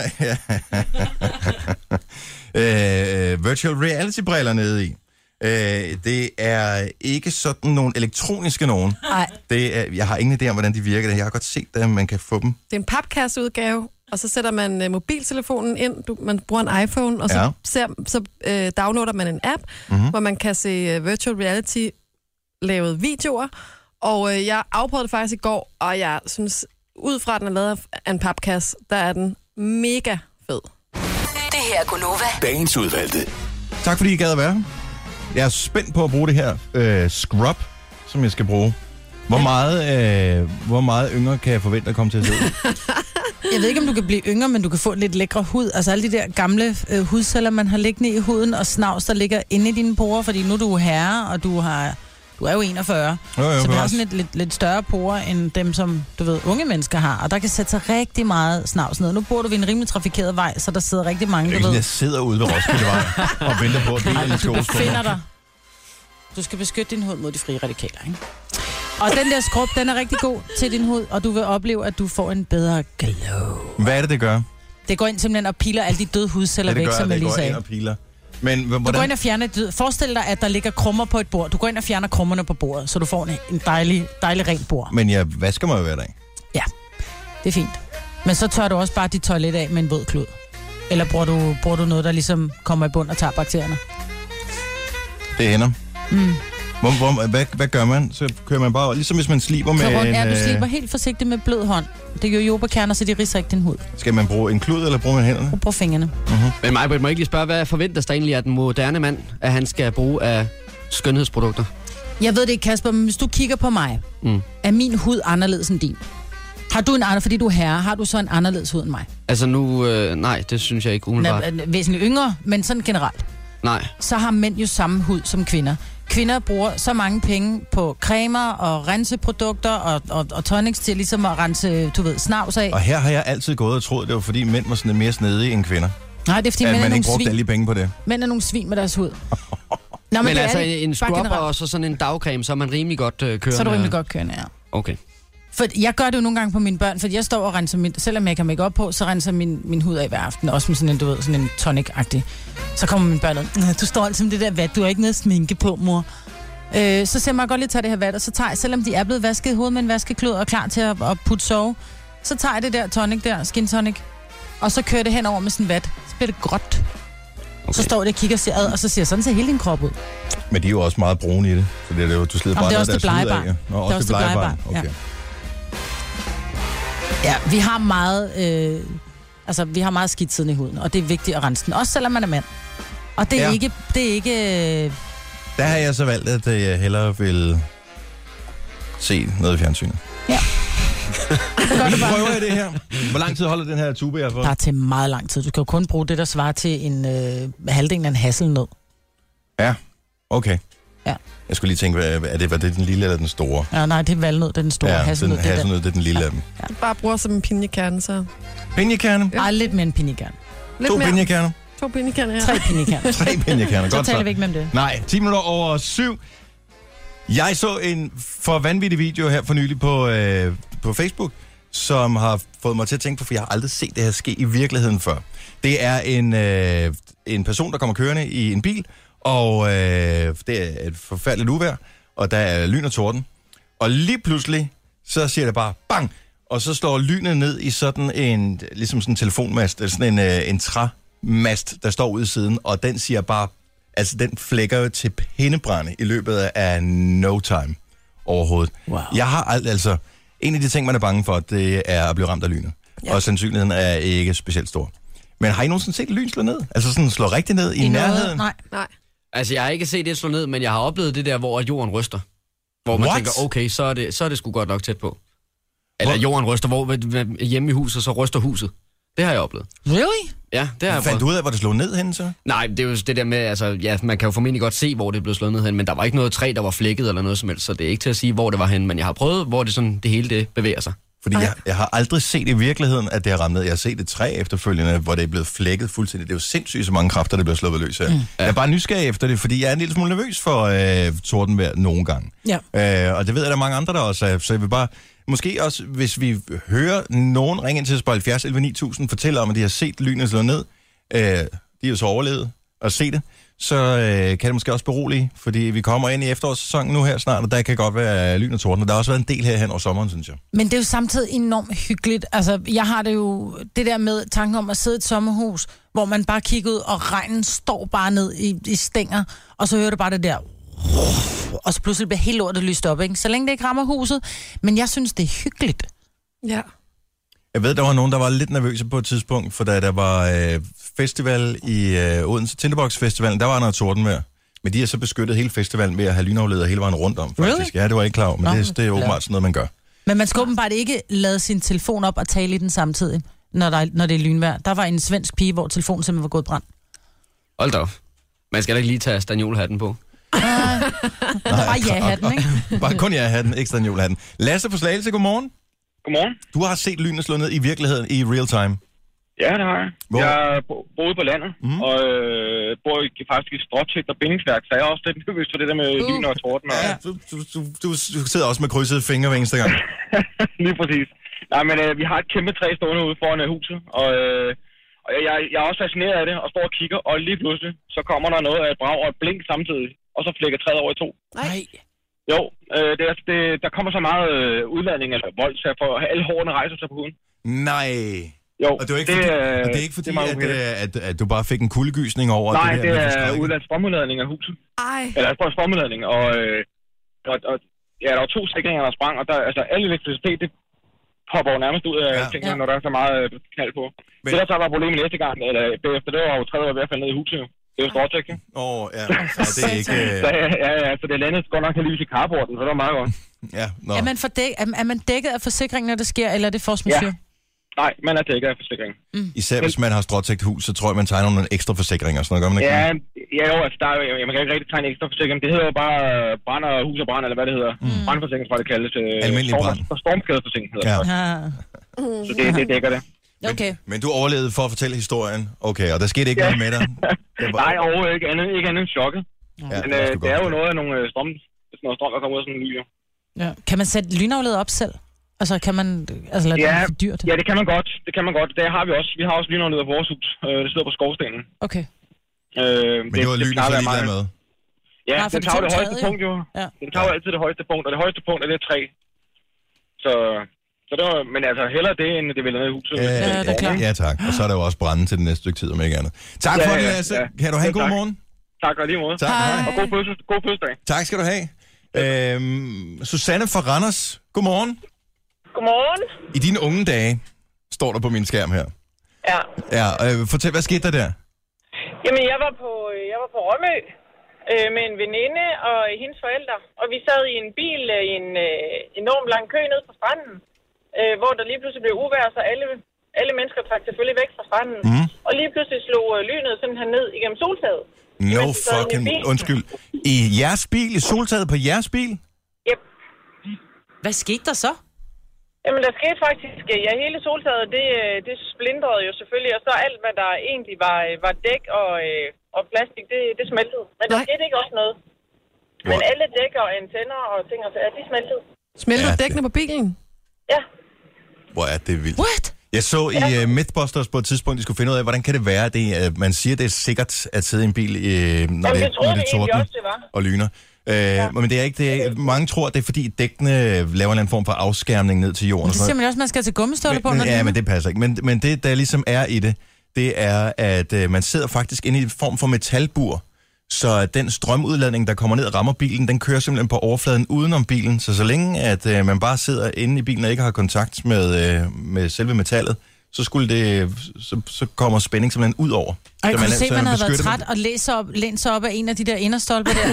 øh, virtual reality-briller nede i. Øh, det er ikke sådan nogle elektroniske nogen. Nej. Det er, jeg har ingen idé om, hvordan de virker. Jeg har godt set det, man kan få dem. Det er en papkasseudgave, og så sætter man øh, mobiltelefonen ind. Du, man bruger en iPhone, og så, Ja. ja. ser, så øh, downloader man en app, mm-hmm. hvor man kan se øh, virtual reality lavet videoer. Og øh, jeg afprøvede det faktisk i går, og jeg synes, ud fra at den er lavet af en papkasse, der er den mega fed. Det her er Gunova. Dagens udvalgte. Tak fordi I gad at være her. Jeg er spændt på at bruge det her øh, scrub, som jeg skal bruge. Hvor meget, øh, hvor meget yngre kan jeg forvente at komme til at se ud? Jeg ved ikke, om du kan blive yngre, men du kan få en lidt lækre hud. Altså alle de der gamle øh, hudceller, man har liggende i huden, og snavs, der ligger inde i dine porer, fordi nu er du herre, og du har... Du er jo enogfyrre, Jo, jo, så du har bevares. sådan lidt, lidt, lidt større porer end dem, som du ved, unge mennesker har. Og der kan sætte sig rigtig meget snavs ned. Nu bor du ved en rimelig trafikeret vej, så der sidder rigtig mange, Det er du ikke sådan, ved. jeg sidder ude ved Roskildevej og venter på, at bilerne skal Du overstå. befinder dig. Du skal beskytte din hud mod de frie radikaler, ikke? Og den der skrub, den er rigtig god til din hud, og du vil opleve, at du får en bedre glow. Hvad er det, det gør? Det går ind simpelthen og piler alle de døde hudceller Ja, det væk, gør, som jeg det lige går sagde. ind og piler. Men Du går hvordan? ind og fjerner død. Forestil dig, at der ligger krummer på et bord. Du går ind og fjerner krummerne på bordet, så du får en, en dejlig, dejlig ren bord. Men jeg vasker mig jo hver dag. Ja, det er fint. Men så tør du også bare dit toilet af med en våd klud. Eller bruger du, bruger du noget, der ligesom kommer i bund og tager bakterierne? Det hænder. Mm. Hvor, hvor, hvad, hvad gør man? Så kører man bare, ligesom hvis man sliber med rundt, en... ja, du øh, sliber helt forsigtigt med blød hånd. Det er jo jobakerner, så de ridser ikke din hud. Skal man bruge en klud, eller bruger man hænderne? Du bruger fingrene. Uh-huh. Men Majbrit, må ikke lige spørge, hvad forventes der egentlig af den moderne mand, at han skal bruge af skønhedsprodukter? Jeg ved det ikke, Kasper, men hvis du kigger på mig, Mm. er min hud anderledes end din? Har du en anden, fordi du er herre, har du så en anderledes hud end mig? Altså nu, øh, nej, det synes jeg ikke umiddelbart. Nå, væsentligt yngre, men sådan generelt. Nej. Så har mænd jo samme hud som kvinder. Kvinder bruger så mange penge på cremer og renseprodukter og, og, og tonics til ligesom at rense, du ved, snavs af. Og her har jeg altid gået og troet, det var fordi mænd var sådan lidt mere snedige end kvinder. Nej, det er fordi At mænd er man nogle ikke brugte svin. alle de penge på det. Mænd er nogle svin med deres hud. Nå, Men, men det altså er det. en Bare scrubber generelt. og så sådan en dagcreme, så er man rimelig godt øh, kørende. Så er du rimelig godt kørende, ja. Okay. For jeg gør det jo nogle gange på mine børn, fordi jeg står og renser min, selvom jeg ikke har make op på, så renser min, min hud af hver aften, også med sådan en, du ved, sådan en tonic-agtig. Så kommer mine børn ud, du står altid med det der vat, du har ikke noget sminke på, mor. Øh, så ser man godt lige tage det her vat, og så tager jeg, selvom de er blevet vasket i hovedet med en vaskeklud og klar til at, at putte sove, så tager jeg det der tonic der, skin tonic, og så kører det henover med sådan en vat. Så bliver det gråt. Okay. Så står det og kigger og ser ad, og så siger sådan ser hele din krop ud. Men de er jo også meget brune i det. Så det er jo, du slider Jamen, bare det er noget også af det deres hud blegebarn. af. Nå, Det er også også det det blegebarn. blegebarn, Okay. Ja, vi har meget, øh, altså vi har meget skidt siden i huden, og det er vigtigt at rense den, også selvom man er mand. Og det er Ja. ikke, det er ikke, øh, Der har jeg så valgt, at øh, jeg hellere vil se noget i fjernsynet. ja. Så gør Nu det bare. prøver jeg det her. Hvor lang tid holder den her tube her for? Bare til meget lang tid. Du kan jo kun bruge det, der svarer til en øh, halvdelen af en hasselnød. Ja, okay. Ja. Jeg skulle lige tænke, hvad- er det, var det den lille eller den store? Ja, nej, det er valnød, det er den store ja, hasselnød. den Det er den. hasselnød, det er den lille af dem. Bare bruger som en pinjekerne, så... Pinjekerner? Ej, lidt mere en pinjekern. Lidt To mere. pinjekerner? To pinjekerner, ja. Tre pinjekerner. Tre pinjekerner, Så godt taler så. vi ikke med om det. Nej, ti minutter over syv. Jeg så en for vanvittig video her for nylig på, øh, på Facebook, som har fået mig til at tænke på, for jeg har aldrig set det her ske i virkeligheden før. Det er en, øh, en person, der kommer kørende i en bil, og øh, det er et forfærdeligt uvejr, og der er lyn og torden. Og lige pludselig, så siger det bare bang, og så slår lynet ned i sådan en, ligesom sådan en telefonmast, eller sådan en, øh, en træmast, der står ude i siden, og den siger bare, altså den flækker jo til pindebrænde i løbet af no time overhovedet. Wow. Jeg har alt, altså, en af de ting, man er bange for, det er at blive ramt af lynet. Ja. Og sandsynligheden er ikke specielt stor. Men har I nogensinde set lyn slå ned? Altså sådan slå rigtig ned i, I nærheden? noget? Nej. Nej. Altså, jeg har ikke set det slå ned, men jeg har oplevet det der, hvor jorden ryster. Hvor man What? tænker, okay, så er, det, så er det sgu godt nok tæt på. Eller Hvor? jorden ryster, hvor hjemme i huset, så ryster huset. Det har jeg oplevet. Really? Ja, det har jeg Fandt prøvet. du ud af, hvor det slog ned henne så? Nej, det er jo det der med, altså, ja, man kan jo formentlig godt se, hvor det blev slået ned hen, men der var ikke noget træ, der var flækket eller noget som helst, så det er ikke til at sige, hvor det var hen, men jeg har prøvet, hvor det sådan, det hele det bevæger sig. Fordi jeg, jeg har aldrig set i virkeligheden, at det har ramt ned. Jeg har set et træ efterfølgende, hvor det er blevet flækket fuldstændig. Det er jo sindssygt, så mange kræfter, der bliver sluppet løs her. Mm. Jeg er bare nysgerrig efter det, fordi jeg er en lille smule nervøs for øh, tordenvejr nogle gange. Ja. Øh, og det ved jeg, der er mange andre, der også er. Så jeg vil bare, måske også, hvis vi hører nogen ringe ind til os på halvfjerds elleve ni tusind, fortæller om, at de har set lynet slå ned. Øh, de er jo så overlevet at se det. Så øh, kan det måske også berolige, fordi vi kommer ind i efterårssæsonen nu her snart, og der kan godt være lyn og torden. Og der har også været en del her hen over sommeren, synes jeg. Men det er jo samtidig enormt hyggeligt. Altså, jeg har det jo, det der med tanken om at sidde i et sommerhus, hvor man bare kigger ud, og regnen står bare ned i, i stænger, og så hører du bare det der, og så pludselig bliver helt lortet lyst op, ikke? Så længe det ikke rammer huset. Men jeg synes, det er hyggeligt. Ja. Jeg ved, der var nogen, der var lidt nervøse på et tidspunkt, for da der var øh, festival i øh, Odense, Tinderbox Festivalen, der var noget tordenvejr. Men de har så beskyttet hele festivalen ved at have lynafleder hele vejen rundt om, faktisk. Really? Ja, det var jeg ikke klar over, men Nå, det, det er åbenbart sådan noget, man gør. Men man skal åbenbart ikke lade sin telefon op og tale i den samtidig, når, der, er- når det er lynvejr. Der var en svensk pige, hvor telefonen simpelthen var gået i brand. Hold da op. Man skal da ikke lige tage stanjolhatten på. Nej, bare ja-hatten, ikke? Bare kun jeg hatten, ikke sådan hatten. Lasse på Slagelse, godmorgen. Godmorgen. Du har set lynet slå ned i virkeligheden i real time. Ja, det har jeg. Hvor? Jeg bo- boede på landet, Mhm. mm. og øh, bor i, faktisk i stråtægt og bindingsværk, så jeg er også lidt nervøs for det der med uh. lyn og torden. Og... Ja, du, du, du, du, du sidder også med krydsede fingre hver eneste gang. Lige præcis. Nej, men øh, vi har et kæmpe træ stående ude foran øh, huset, og, øh, og jeg, jeg er også fascineret af det, og står og kigger, og lige pludselig, så kommer der noget af et brag og et blink samtidig, og så flækker træet over i to. Nej. Jo, øh, det, er- det, der kommer så meget øh, udladning eller vold, så jeg får, alle hårene rejser sig på huden. Nej. Jo, Og det er ikke, det, fordi, øh, og det er ikke fordi, det er at, meget øh, at, at du bare fik en kuldegysning over Nej, det her? det med er forskrækket? udladt strømudladning af huset. Ej. Eller altså strømudladning, og, øh, og, og ja, der var to sikringer, der sprang, og der, altså al elektricitet, det popper jo nærmest ud af Ja. tingene, Ja. når der er så meget øh, knald på. Men- Men... Det der så var problemet næste gang, eller bagefter, det var jo træet var ved at falde ned i huset. Jo. Det er jo stråtæk, ikke? Åh, oh, ja. ja. Det er ikke... Så, Øh, ja, ja, så det landede godt nok heldigvis i carporten, så det var meget godt. ja, nå. Er man, for dæk, er, er man dækket af forsikringen, når det sker, eller er det force majeure? Nej, man er dækket af forsikringen. Især hvis man har stråtægt hus, så tror jeg, man tegner nogle ekstra forsikringer. Sådan noget gør man ikke? Ja, ja jo, altså, der er, jo- man kan ikke rigtig tegne ekstra forsikring. Det hedder jo bare øh, brand og hus og brand, eller hvad det hedder. Mm. Brandforsikring, tror jeg, det kaldes. Øh, Almindelig storm- brand. Stormskadeforsikring hedder Ja. det. Ja. Så det, det dækker det. Okay. Men du overlevede for at fortælle historien. Okay, og der skete ikke Ja. noget med dig? Det var... Nej, overhovedet ikke andet, ikke andet end chokket. Ja, Men det, øh, er det er jo noget af nogle øh, strøm, sådan noget strøm, der kommer ud af sådan en ly. Jo. Ja. Kan man sætte lynafleder op selv? Altså, kan man... Altså, lade Ja, det være for dyrt? ja, det kan man godt. Det kan man godt. Det har vi også. Vi har også lynafleder på vores hus. Øh, det sidder på skorstenen. Okay. Øh, Men det var lynet så ligeglad med. Ja, Nej, for det det tager jo tog det højeste taget, jo. punkt jo. Ja. Det tager jo altid det højeste punkt, og det højeste punkt er det træ. Så, så det var, men altså hellere det, end det ville ned i huset. Ja, det er klart. ja, tak. Og så er der jo også brænde til det næste stykke tid, om ikke andet. Tak for Ja, det, ja, Lasse. ja. Kan du have en Ja, god tak. morgen? Tak, og lige måde. Tak, hej. Og god fødsels, god fødselsdag. Tak skal du have. Øhm, Susanne fra Randers, godmorgen. Godmorgen. I dine unge dage, står der på min skærm her. Ja. Ja, øh, fortæl, hvad skete der der? Jamen, jeg var på, jeg var på Rømø øh, med en veninde og hendes forældre, og vi sad i en bil øh, i en øh, enorm lang kø ned på stranden, øh, hvor der lige pludselig blev uvejr, så alle, alle mennesker trak selvfølgelig væk fra stranden. Mm. Og lige pludselig slog øh, lynet sådan her ned igennem soltaget. No Imens vi sad i fucking... bilen. Undskyld. I jeres bil? I soltaget på jeres bil? Yep. Hvad skete der så? Jamen, der skete faktisk, ja, hele soltaget, det, øh, det splindrede jo selvfølgelig, og så alt, hvad der egentlig var, øh, var dæk og, øh, og plastik, det, det smeltede. Men der Nej. skete ikke også noget. Men alle dæk og antenner og ting og sager, de smeltede. Smelter Ja, ja, dækkene på bilen? Ja. Hvor er det vildt. What? Jeg så i uh, Mythbusters på et tidspunkt, de skulle finde ud af, hvordan kan det være, det, uh, man siger, det er sikkert at sidde i en bil, uh, når, Jamen, det, det troede når vi det egentlig tordner også, det var. og lyner. Uh, ja. Men det er ikke det. Mange tror, det er fordi dækkene laver en eller anden form for afskærmning ned til jorden. Det og sådan siger noget. man jo også, man skal til gummistøvler på, Men, når men, det ja, er men det passer ikke. Men, men det, der ligesom er i det, det er, at uh, man sidder faktisk inde i en form for metalbur, så den strømudladning, der kommer ned og rammer bilen, den kører simpelthen på overfladen udenom bilen. Så så længe, at uh, man bare sidder inde i bilen og ikke har kontakt med, uh, med selve metallet, så skulle det, så, så kommer spænding simpelthen ud over. Og jeg Så kunne man- se, så man man havde været beskytter træt og læst op, lænt sig op af en af de der inderstolper der.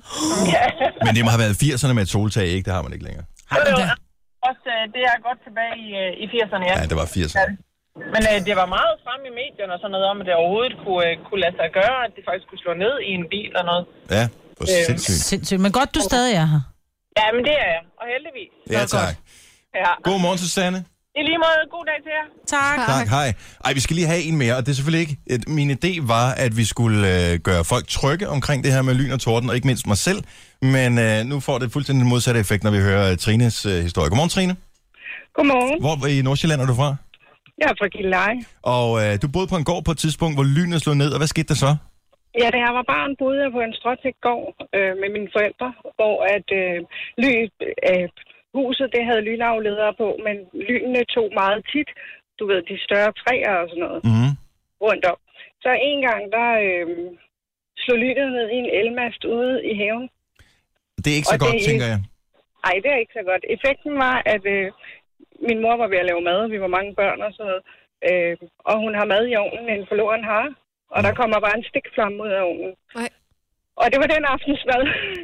Men det må have været firserne med et soltag, ikke? Det har man ikke længere. Har man da? Også, øh, det er godt tilbage i, øh, i firserne, ja. Ja, det var firserne. Men øh, det var meget frem i medierne og sådan noget om, at det overhovedet kunne, øh, kunne lade sig gøre, at det faktisk kunne slå ned i en bil og noget. Ja, for Øh. sindssygt. Sindssygt. Men godt, du stadig er her. Ja, men det er jeg, og heldigvis. Ja, godt. tak. Ja. God morgen, Susanne. I lige måde, god dag til jer. Tak. Tak, hej. Ej, vi skal lige have en mere, og det er selvfølgelig ikke... Et, min idé var, at vi skulle øh, gøre folk trygge omkring det her med lyn og torden, og ikke mindst mig selv. Men øh, nu får det fuldstændig den modsatte effekt, når vi hører øh, Trines øh, historie. Godmorgen, Trine. Godmorgen. Hvor i Nordsjælland er du fra? Jeg er fra Gilleleje. Og øh, du boede på en gård på et tidspunkt, hvor lynet slog ned, og hvad skete der så? Ja, da jeg var barn, boede jeg på en stråtækgård øh, med mine forældre, hvor at øh, ly, øh, huset det havde lynafledere på, men lynene tog meget tit, du ved, de større træer og sådan noget Mm-hmm. rundt om. Så en gang, der øh, slog lynet ned i en elmast ude i haven. Det er ikke så Og godt, det- tænker jeg. Ej, det er ikke så godt. Effekten var, at øh, min mor var ved at lave mad, vi var mange børn og sådan noget, øh, og hun har mad i ovnen, en forloren har, og der kommer bare en stikflamme ud af ovnen. Nej. Og det var den aftensmad.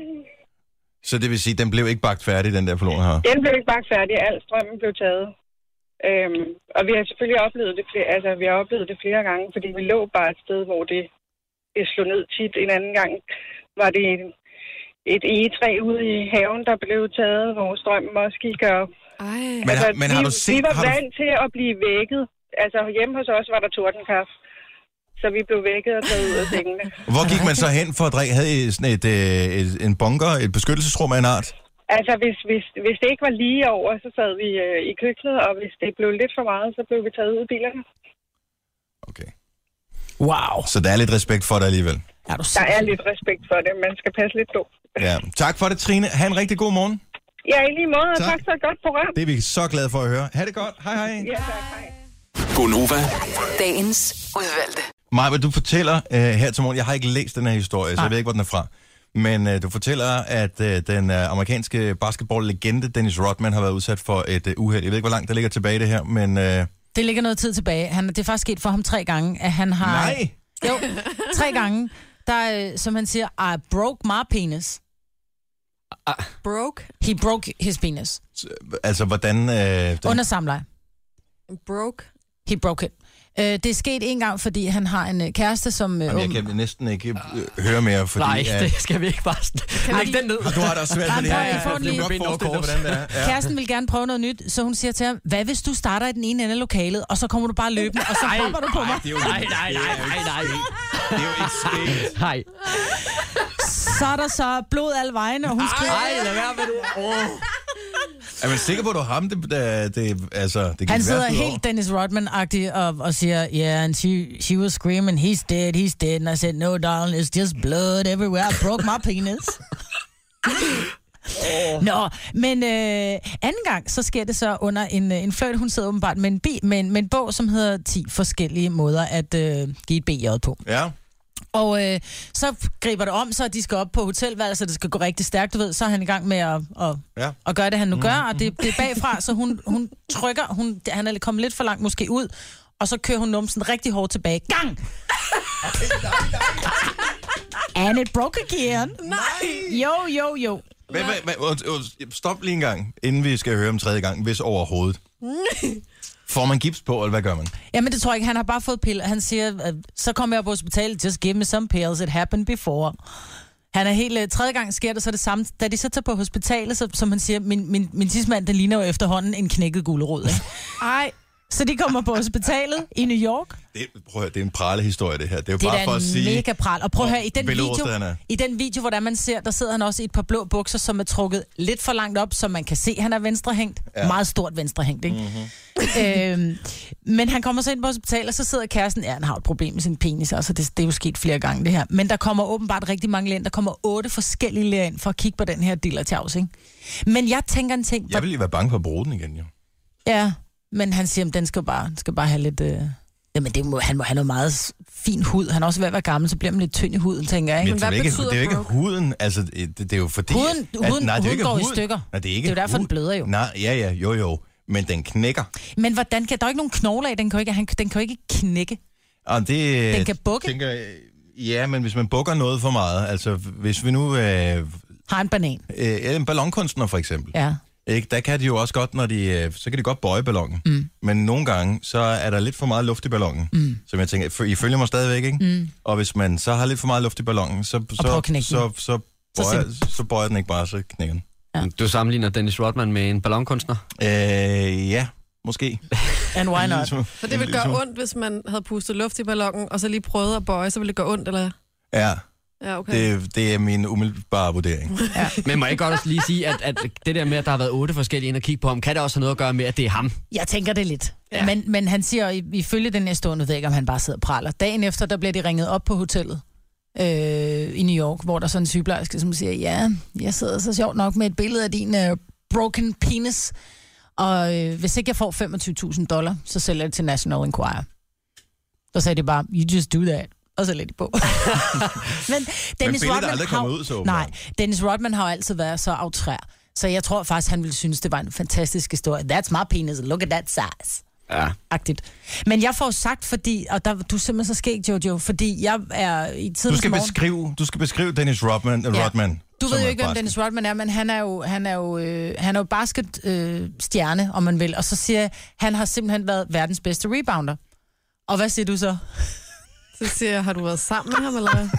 Så det vil sige, at den blev ikke bagt færdig, den der forlorene her? Den blev ikke bare færdig, al strømmen blev taget. Øhm, og vi har selvfølgelig oplevet det flere, altså vi har oplevet det flere gange, fordi vi lå bare et sted, hvor det, det slog ned tit. En anden gang var det et, et egetræ ude i haven, der blev taget, hvor strømmen også gik op. Ej. Men, har, men har vi, du set... vi var har du, vant til at blive vækket. Altså hjemme hos os var der tordenkaffe. Så vi blev vækket og taget ud af sengene. hvor gik man så hen for at drikke? Havde I sådan et, øh, et, en bunker, et beskyttelsesrum af en art? Altså hvis, hvis, hvis det ikke var lige over, så sad vi øh, i køkkenet, og hvis det blev lidt for meget, så blev vi taget ud af bilerne. Okay. Wow. Så der er lidt respekt for det alligevel. Er du Der er lidt respekt for det, man skal passe lidt på. Ja. Tak for det, Trine. Ha' en rigtig god morgen. Ja, i lige måde, og Tak. tak for et godt program. Det er vi så glade for at høre. Ha' det godt. Hej hej. Ja, tak. Hej. Gonova. Dagens udvalgte. Maja, du fortæller uh, her til morgen, jeg har ikke læst den her historie, så Nej. jeg ved ikke, hvor den er fra. Men uh, du fortæller, at uh, den uh, amerikanske basketball-legende Dennis Rodman har været udsat for et uh, uheld. Jeg ved ikke, hvor langt der ligger tilbage det her, men... Uh... Det ligger noget tid tilbage. Han, det er faktisk sket for ham tre gange, at han har... Nej! Jo, tre gange, der, øh, som han siger, I broke my penis. Broke? He broke his penis. Altså, hvordan... Uh, den... Under samleje. Broke? He broke it. Uh, det er sket en gang, fordi han har en uh, kæreste, som... Uh, Jamen, jeg kan næsten ikke uh, høre mere, fordi... Nej, at... det skal vi ikke bare... Læg den ned. Du har det også svært med det her. Ja, ja, ja. Du kan godt forestille dig, hvordan det er. Ja. Kæresten vil gerne prøve noget nyt, så hun siger til ham, hvad hvis du starter i den ene ende af lokalet, og så kommer du bare løbende, og så Ej, hopper du på mig? Det er jo, Nej, nej, nej, nej, nej. det er jo ikke sket. Nej. Så er der så blod alle vejen, og hun skriver... Nej, lad være med det. Oh. Er man sikker på, at du har ham? Det, det, det, altså, det Han sidder helt Dennis Rodman-agtig og, og siger, yeah, and she, she was screaming, he's dead, he's dead. And I said, no, darling, it's just blood everywhere. I broke my penis. Oh. Nå, men øh, anden gang, så sker det så under en, en fløjt. Hun sidder åbenbart med en, bi, med, en, med en bog, som hedder ti forskellige måder at øh, give et B J på. Ja. Og øh, så griber det om, så de skal op på hotelværelset, det skal gå rigtig stærkt, du ved. Så er han i gang med at, at, ja. at gøre det, han nu gør, og det, det er bagfra, så hun, hun trykker, hun, han er kommet lidt for langt måske ud, og så kører hun numsen rigtig hårdt tilbage. Gang! And it broke again. Nej! Jo, jo, jo. Hva, hva, hva, stop lige en gang, inden vi skal høre om tredje gang, hvis overhovedet. Får man gips på, eller hvad gør man? Jamen, det tror jeg ikke. Han har bare fået piller. Han siger, uh, så kommer jeg på hospitalet, just give me some pills, it happened before. Han er helt... Uh, tredje gang sker det så det samme. Da de så tager på hospitalet, så, som han siger, min, min, min tidsmand, der ligner jo efterhånden en knækket gulerod, ikke? Ej. Så de kommer på hospitalet i New York. Det, prøv at høre, det er en pralehistorie, det her. Det er jo Det bare er for at sige... mega pral. Og prøv at høre, i den, video, billedordstederne. i den video, hvor der man ser, der sidder han også i et par blå bukser, som er trukket lidt for langt op, så man kan se, at han er venstrehængt. Ja. Meget stort venstrehængt, ikke? Mm-hmm. øhm, men han kommer så ind på hospitalet, og så sidder kæresten, ja, han har et problem med sin penis, altså det, det er jo sket flere gange, det her. Men der kommer åbenbart rigtig mange læger ind. Der kommer otte forskellige læger ind for at kigge på den her diller tjavs, ikke? Men jeg tænker en ting... Jeg vil lige være bange for at bruge den igen, jo. Ja, men han siger, at den skal bare, skal bare have lidt... Øh... Jamen, det må, han må have noget meget fin hud. Han er også ved at være gammel, så bliver man lidt tynd i huden, tænker jeg. Ikke? Men det, er ikke, det er jo ikke huden. Altså, det, det er jo fordi... Huden, at, huden, nej, det er huden ikke går hud. i stykker. Nej, det er ikke det er jo derfor, hud. den bløder jo. Nej, ja, ja, jo, jo. Men den knækker. Men hvordan kan... Der er ikke nogen knogler i, den kan jo ikke, han, den kan jo ikke knække. Og det, den kan bukke. Tænker, ja, men hvis man bukker noget for meget, altså hvis vi nu... Øh, har en banan. Øh, en ballonkunstner for eksempel. Ja. Ikke? Der kan de jo også godt, når de, så kan de godt bøje ballonen. Mm. Men nogle gange, så er der lidt for meget luft i ballonen. Mm. Som jeg tænker, I følger mig stadigvæk, ikke? Mm. Og hvis man så har lidt for meget luft i ballonen, så, så, så, så, så, bøjer, så, så bøjer den ikke bare, så knækker den. Ja. Du sammenligner Dennis Rodman med en ballonkunstner? Øh, ja, måske. And why not? For det ville gøre ondt, hvis man havde pustet luft i ballonen, og så lige prøvet at bøje, så ville det gøre ondt, eller? Ja. Ja, okay. Det, det er min umiddelbare vurdering. Ja. Men må jeg godt også lige sige, at, at det der med, at der har været otte forskellige ind at kigge på ham, kan det også have noget at gøre med, at det er ham? Jeg tænker det lidt. Ja. Men, men han siger, ifølge den næste stående, ved ikke, om han bare sidder og praler. Dagen efter, der bliver de ringet op på hotellet øh, i New York, hvor der er sådan en sygeplejerske, som siger, ja, jeg sidder så sjovt nok med et billede af din uh, broken penis, og øh, hvis ikke jeg får femogtyve tusind dollar, så sælger jeg det til National Enquirer. Så sagde de bare, you just do that. Og så lidt på. Men Dennis Men Rodman aldrig har, ud, så nej, Dennis Rodman har jo altid været så outrær. Så jeg tror faktisk, han ville synes, det var en fantastisk historie. That's my penis, look at that size. Ja. Agtigt. Men jeg får sagt, fordi, og der, du er simpelthen så skæg, Jojo, fordi jeg er i tiden du skal beskrive, du skal beskrive Dennis Rodman. Ja. Rodman du ved jo ikke, hvem Dennis Rodman er, men han er jo, han er jo, øh, han er jo basketstjerne, øh, om man vil. Og så siger jeg, han har simpelthen været verdens bedste rebounder. Og hvad siger du så? Så siger jeg, har du været sammen med ham, eller hvad?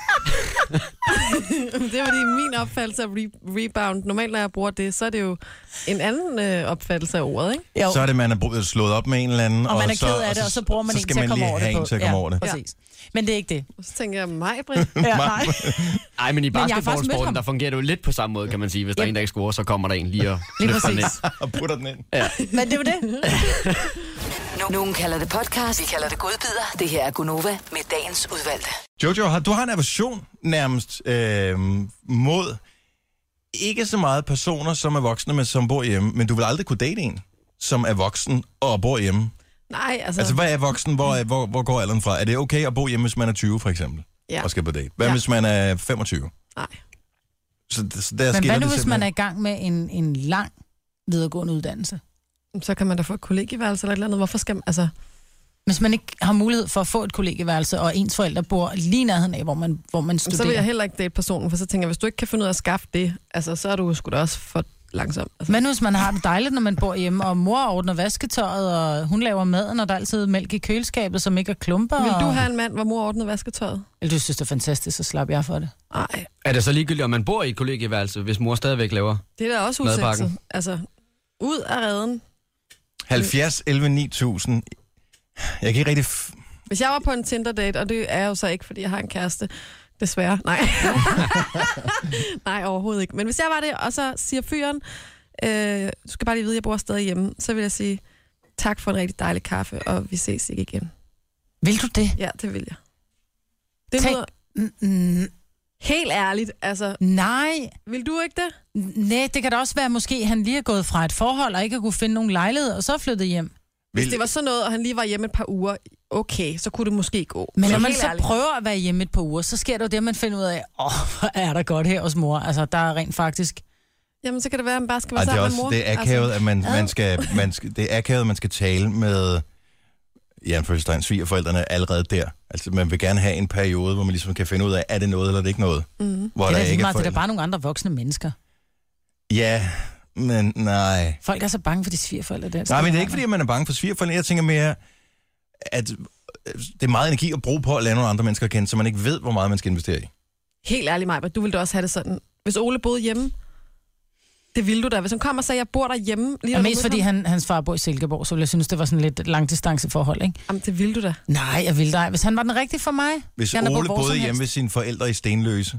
Det var fordi min opfattelse af re- rebound. Normalt, når jeg bruger det, så er det jo en anden øh, opfattelse af ordet, ikke? Jo. Så er det, man er slået op med en eller anden. Og man er så, ked af det, og så bruger man så en til at komme over det på. Til at komme ja, over det. Præcis. Men det er ikke det. Og så tænker jeg, mig, Britt. Ja, nej. Ej, men i basketballsporten, der fungerer det jo lidt på samme måde, kan man sige. Hvis yep. der er en, der ikke scorer, så kommer der en lige og løfter den ind. Og putter den ind. Ja. Men det er jo det. Nogen kalder det podcast, vi kalder det godbider. Det her er Gonova med dagens udvalgte. Jojo, du har en aversion nærmest øh, mod ikke så meget personer, som er voksne, men som bor hjemme. Men du vil aldrig kunne date en, som er voksen og bor hjemme. Nej, altså... Altså, hvad er voksen? Hvor, hvor, hvor går alderen fra? Er det okay at bo hjemme, hvis man er tyve, for eksempel? Ja. Og skal på date. Hvad Ja. hvis man er femogtyve? Nej. Så, så der Men hvad nu, det hvis man er i gang med en, en lang videregående uddannelse? Så kan man da få et kollegieværelse eller et eller andet. Hvorfor skal man... Altså... Hvis man ikke har mulighed for at få et kollegieværelse, og ens forældre bor lige nærheden af, hvor man, hvor man studerer. Så vil jeg heller ikke date personen, for så tænker jeg, hvis du ikke kan finde ud af at skaffe det, altså, så er du sgu da også for langsom. Altså. Men hvis man har det dejligt, når man bor hjemme, og mor ordner vasketøjet, og hun laver maden, og der er altid mælk i køleskabet, som ikke er klumper. Vil du og... have en mand, hvor mor ordner vasketøjet? Eller du synes, det er fantastisk, så slap jeg for det. Nej. Er det så ligegyldigt, om man bor i et kollegieværelse, hvis mor stadigvæk laver Det er da også usekset. Altså, ud af redden. halvfjerds elleve ni tusind. Jeg kan ikke rigtig... F- Hvis jeg var på en Tinder-date, og det er jeg jo så ikke, fordi jeg har en kæreste, desværre, nej. Nej, overhovedet ikke. Men hvis jeg var det, og så siger fyren, øh, du skal bare lige vide, at jeg bor stadig hjemme, så vil jeg sige, tak for en rigtig dejlig kaffe, og vi ses ikke igen. Vil du det? Ja, det vil jeg. Det Tænk... lyder... Mm, helt ærligt, altså... Nej. Vil du ikke det? Nej, det kan da også være, måske han lige er gået fra et forhold, og ikke har kunne finde nogen lejlighed, og så er flyttet hjem. Hvis det var sådan noget, og han lige var hjemme et par uger, okay, så kunne det måske gå. Men når så man helt så ærligt. prøver at være hjemme et par uger, så sker det jo det, at man finder ud af, åh, hvor er der godt her hos mor. Altså, der er rent faktisk... Jamen, så kan det være, at man bare skal være Ej, det er sammen også, med mor. det er akavet, altså. at man, man skal, man skal, det er akavet, at man skal tale med i anførselstegn svigerforældrene allerede der. Altså, man vil gerne have en periode, hvor man ligesom kan finde ud af, er det noget, eller er det ikke noget? Mm. Hvor det er der da ikke meget, det er da forældre. bare nogle andre voksne mennesker. Ja, men nej. Folk er så bange for de svigerforældre. Der Nej, men det er ikke, fordi man er bange for svigerforældre. Jeg tænker mere, at det er meget energi at bruge på at lade nogle andre mennesker kende, så man ikke ved, hvor meget man skal investere i. Helt ærligt, Maja, du ville da også have det sådan. Hvis Ole boede hjemme, det ville du da. Hvis han kommer og sagde, jeg bor derhjemme... Lige og mest fordi han, hans far bor i Silkeborg, så ville jeg synes, det var sådan lidt langdistanceforhold, ikke? Jamen, det ville du da. Nej, jeg ville da. Hvis han var den rigtige for mig... Hvis Ole boede hjemme ved sine forældre i Stenløse.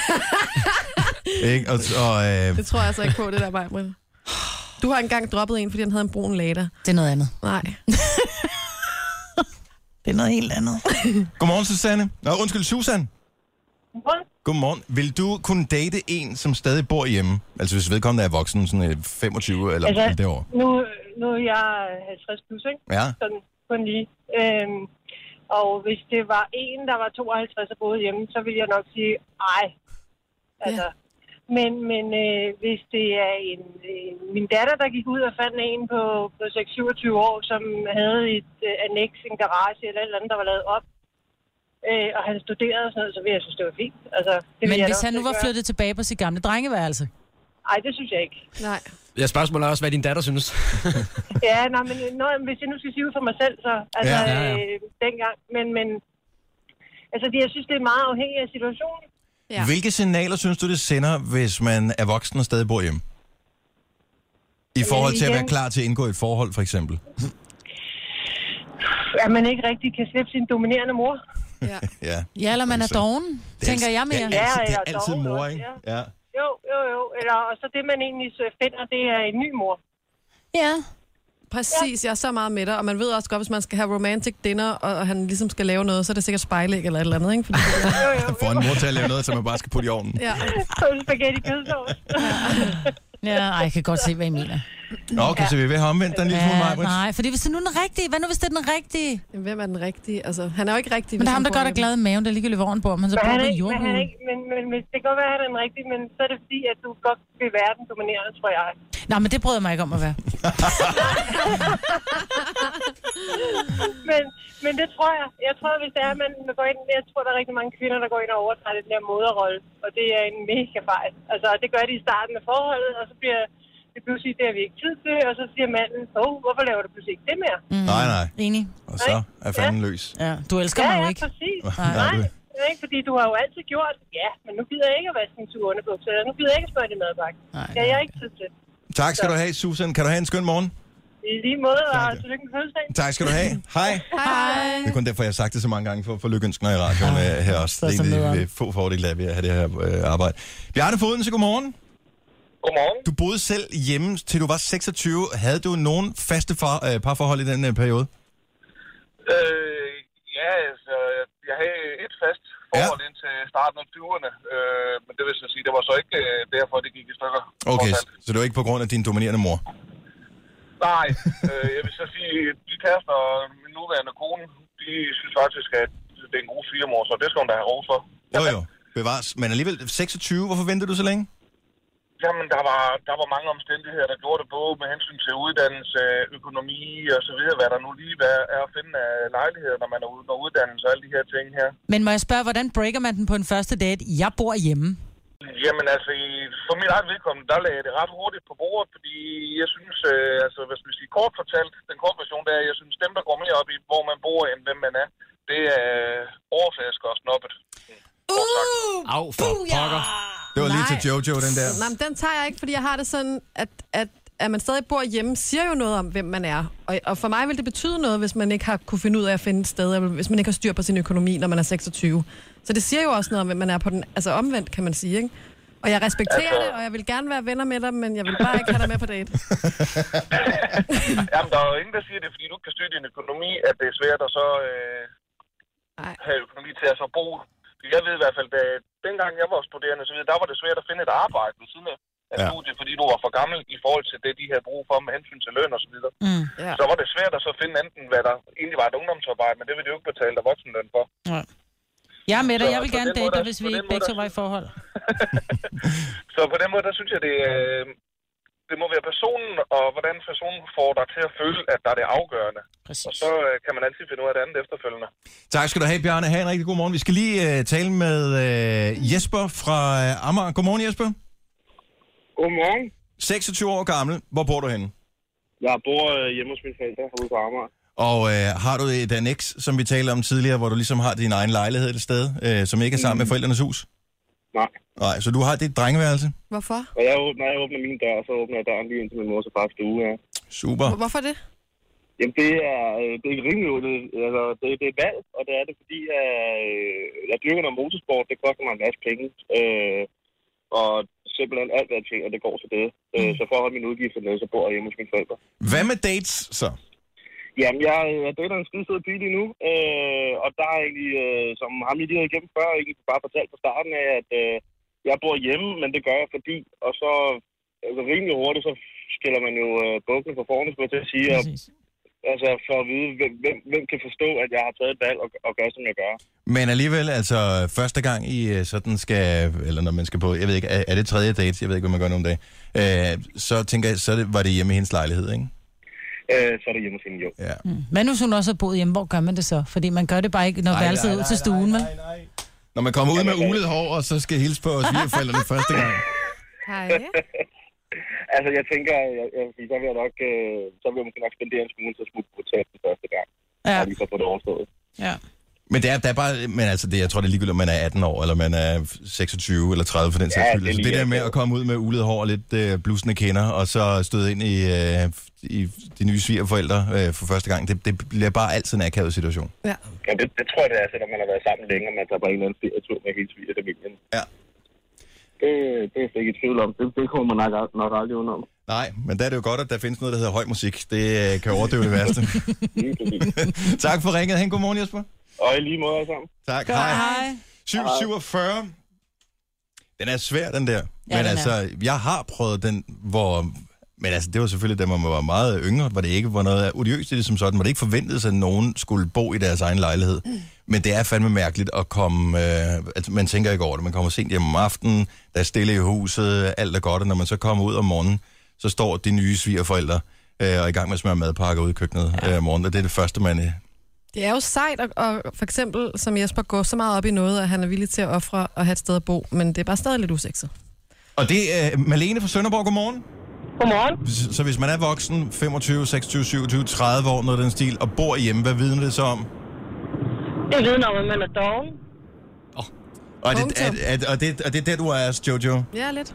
Ikke? Og, og, øh... Det tror jeg altså ikke på, det der, Maja. Du har engang droppet en, fordi han havde en brun lader. Det er noget andet. Nej. Det er noget helt andet. Godmorgen, Susanne. Nå, undskyld, Susan. Godmorgen. Godmorgen. Vil du kunne date en, som stadig bor hjemme? Altså hvis vedkommende er voksen, sådan femogtyve eller altså, derovre? Nu, nu er jeg halvtreds plus, ikke? Ja. Sådan kun lige. Øhm, og hvis det var en, der var tooghalvtreds og boede hjemme, så ville jeg nok sige, ej. Altså, ja. Men, men øh, hvis det er en, øh, min datter, der gik ud og fandt en på, på seks syvogtyve år, som havde et øh, annex, en garage eller et eller andet, der var lavet op, øh, og han studerede og sådan noget, så ville jeg synes, det var fint. Altså, det Men jeg hvis han nu var flyttet tilbage på sit gamle drengeværelse? Nej, det synes jeg ikke. Nej. Ja, spørgsmålet er også, hvad din datter synes. Ja, nej, men når, hvis jeg nu skal sige ud for mig selv, så altså ja, ja, ja. Øh, dengang, men, men altså, det, jeg synes, det er meget afhængigt af situationen. Ja. Hvilke signaler synes du, det sender, hvis man er voksen og stadig bor hjemme? I forhold til at være klar til at indgå et forhold, for eksempel? At man ikke rigtig kan slippe sin dominerende mor. Ja, ja. Ja, eller man er doven, tænker jeg mere. Det er altid, det er eller altid doven mor, også, ikke? Ja. Ja. Jo, jo, jo. Eller, og så det, man egentlig finder, det er en ny mor. Ja. Præcis, jeg er så meget med dig, og man ved også godt, hvis man skal have romantic dinner, og han ligesom skal lave noget, så er det sikkert spejlæg eller et eller andet, ikke? Fordi det jo, jo, jo. For en mor til at lave noget, som man bare skal putte i ovnen. Ja. Spaghetti kødsovs. Ja, ej, jeg kan godt se, hvad I mener. Nå, okay, ja. Så vi vil have omvendt den lille smule, Ja, Maj-Brit. nej, fordi hvis det nu er den rigtige, hvad nu hvis det er den rigtige? Jamen, hvem er den rigtige? Altså, han er jo ikke rigtig. Men der er ham, der godt er glad i maven, der ligger i vognen på, men så Men bor han på er en ikke, men, han er jordhule. ikke, men, men, men det kan godt være, at han er den rigtige, men så er det fordi, at du godt vil være den dominerende, tror jeg. Nej, men det bryder jeg mig ikke om at være. men, men det tror jeg. Jeg tror, hvis det er, at man går ind, jeg tror, der er rigtig mange kvinder, der går ind og overtager den der moderrolle, og det er en mega fejl. Altså, det gør de i starten af forholdet, og så bliver det pludselig, det har vi ikke tid til, og så siger manden, åh, oh, hvorfor laver du pludselig ikke det mere? Mm. Nej, nej. Enig. Og så er fanden Ja. løs. Ja, du elsker ja, mig jo ja, ikke. præcis. Nej, Nej, du- det er ikke, fordi du har jo altid gjort, ja, men nu gider jeg ikke at vaske en tur underbukser, eller nu gider jeg ikke at spørge din madpakke. Nej, Det har jeg ikke tid til. Tak skal du have, Susan. Kan du have en skøn morgen? I lige måde, og tillykke med fødselsdag. Tak skal du have. Hej. Hej. Det er kun derfor, jeg har sagt det så mange gange, for at få lykønskner i radioen øh, her også. så er Det så er nederen. det, få fordele af ved at have det her øh, arbejde. Bjarne Foden, så godmorgen. Godmorgen. Du boede selv hjemme, til du var seksogtyve. Havde du nogen faste far, øh, parforhold i den øh, periode? Øh, ja, altså, jeg havde et fast forhold ja. indtil starten af tyverne, øh, men det vil så sige, det var så ikke øh, derfor, det gik i stykker. Okay, Forfald. så det var ikke på grund af din dominerende mor? Nej, øh, jeg vil så sige, de kærester og min nuværende kone, de synes faktisk, at det er en god svigermor, så det skal hun da have ros for. Jo jo, bevares. Men alligevel seksogtyve, hvorfor ventede du så længe? Jamen, der var, der var mange omstændigheder, der gjorde det både med hensyn til uddannelse, økonomi og så videre, hvad der nu lige er at finde af lejligheder, når man er ude og uddannelse og alle de her ting her. Men må jeg spørge, hvordan breaker man den på en første date? Jeg bor hjemme. Jamen altså, for mit eget vedkommende, der lagde jeg det ret hurtigt på bordet, fordi jeg synes, øh, altså hvad skal vi sige, kort fortalt, den korte version der, jeg synes, dem der går mere op i, hvor man bor, end hvem man er, det er overflasker og snobbet. Uh, Au, for pokker. Det var lige til Jojo, den der. Nej, men den tager jeg ikke, fordi jeg har det sådan, at, at, at man stadig bor hjemme, siger jo noget om, hvem man er. Og, og for mig vil det betyde noget, hvis man ikke har kunne finde ud af at finde et sted, eller hvis man ikke har styr på sin økonomi, når man er seksogtyve. Så det siger jo også noget om, hvem man er på den, altså omvendt, kan man sige, ikke? Og jeg respekterer altså... det, og jeg vil gerne være venner med dig, men jeg vil bare ikke have dig med på date. Jamen, der er jo ingen, der siger det, fordi du kan styre din økonomi, at det er svært at så øh, have økonomi til at så bo. Jeg ved i hvert fald, at dengang jeg var studerende, så videre, der var det svært at finde et arbejde ved siden af ja. studiet, fordi du var for gammel i forhold til det, de havde brug for med hensyn til løn og så videre. Mm. Ja. Så var det svært at så finde enten, hvad der egentlig var et ungdomsarbejde, men det ville de jo ikke betale der voksenløn for. Ja. Jeg er med dig. Jeg vil gerne date dig, hvis vi ikke begge to var i forhold. Så på den måde, der synes jeg, det, øh, det må være personen, og hvordan personen får dig til at føle, at der er det afgørende. Præcis. Og så øh, kan man altid finde ud af det andet efterfølgende. Tak skal du have, Bjarne. Ha' en rigtig god morgen. Vi skal lige øh, tale med øh, Jesper fra øh, Amager. Godmorgen, Jesper. Godmorgen. seksogtyve år gammel. Hvor bor du henne? Jeg bor øh, hjemme hos mine forældre herude på Amager. Og øh, har du et annex, som vi talte om tidligere, hvor du ligesom har din egen lejlighed et sted, øh, som ikke er sammen mm. med forældrenes hus? Nej. Nej, så du har dit drengeværelse? Hvorfor? Og jeg åbner, når jeg åbner min dør, så åbner jeg døren lige ind til min mors og fars stue, ja. Super. Hvorfor det? Jamen, det er, det er ikke rimeligt. Det, altså, det, det er valg, og det er det, fordi øh, jeg dyrker noget motorsport. Det koster mig en masse penge. Øh, og simpelthen alt, hvad jeg tjener, det går til det. Mm. Øh, så for at holde mine udgifter ned, så bor jeg hjemme hos mine forældre. Hvad med dates, så? Jamen, jeg, jeg dater en skide sød pige lige nu, øh, og der er egentlig, øh, som ham lige havde igennem før, egentlig bare fortalt fra starten af, at øh, jeg bor hjemme, men det gør jeg fordi, og så altså, rimelig hurtigt, så skiller man jo øh, bukken for forne, skulle jeg til at sige, og, altså for at vide, hvem, hvem, hvem kan forstå, at jeg har taget et valg og, og gør, som jeg gør. Men alligevel, altså første gang I sådan skal, eller når man skal på, jeg ved ikke, er, er det tredje date, jeg ved ikke, hvad man gør nogle dage, øh, så tænker jeg, så var det hjemme i hendes lejlighed, ikke? Øh, så er det hjemme hende, jo. Ja. Mm. Men hvis hun også har boet hjemme, hvor gør man det så? Fordi man gør det bare ikke, når værelset er ud til stuen, vel? Når man kommer ud med ulet hår, og så skal hilse på svigerforældrene første gang. Hej. Altså, jeg tænker, jeg, jeg, så vil jeg nok, øh, så vil jeg måske nok spendere en smule til at smutte på hotel den første gang. Ja. Og lige så få det overstået. Ja. Men det er, der er bare, men altså, det, jeg tror, det er ligegyldigt, om man er atten år, eller man er seksogtyve eller tredive for den sags skyld. Ja, det, altså, det der med at komme ud med ulet hår og lidt øh, blusende kinder, og så støde ind i, øh, i de nye svigerforældre øh, for første gang, det, det bliver bare altid en akavet situation. Ja, ja det, det tror jeg, det er, selvom man har været sammen længe, og man tager på en eller anden ferietur med hele svigerfamilien. Ja. Det, det er jeg ikke i tvivl om. Det, det kommer man nok, nok aldrig udenom. Nej, men der er det jo godt, at der findes noget, der hedder høj musik. Det øh, kan overdøve det værste. Tak for ringet. Hen, godmorgen, Jesper. Og i lige måde alle sammen. Tak, hej. hej. syv syvogfyrre. Den er svær, den der. Ja, men altså, er. jeg har prøvet den, hvor... Men altså, det var selvfølgelig, da man var meget yngre, hvor det ikke var noget odiøst i det som sådan, hvor det ikke forventedes, at nogen skulle bo i deres egen lejlighed. Mm. Men det er fandme mærkeligt at komme... Øh, altså, man tænker ikke over det. Man kommer sent hjem om aftenen, der er stille i huset, alt er godt, og når man så kommer ud om morgenen, så står de nye svigerforældre øh, og er i gang med at smøre madpakker ude i køkkenet ja. øh, om morgenen, og det er det første, man... Øh, Det er jo sejt at, at for eksempel, som Jesper, går så meget op i noget, at han er villig til at ofre og have et sted at bo, men det er bare stadig lidt usekset. Og det er uh, Malene fra Sønderborg, godmorgen. Godmorgen. Så, så hvis man er voksen, femogtyve, seksogtyve, syvogtyve, tredive år, noget af den stil, og bor hjemme, hvad vidner det så om? Det vidner om, at man er doven. Oh. Og, det, er, er, og, det, og det er der, du er, Jojo? Ja, lidt.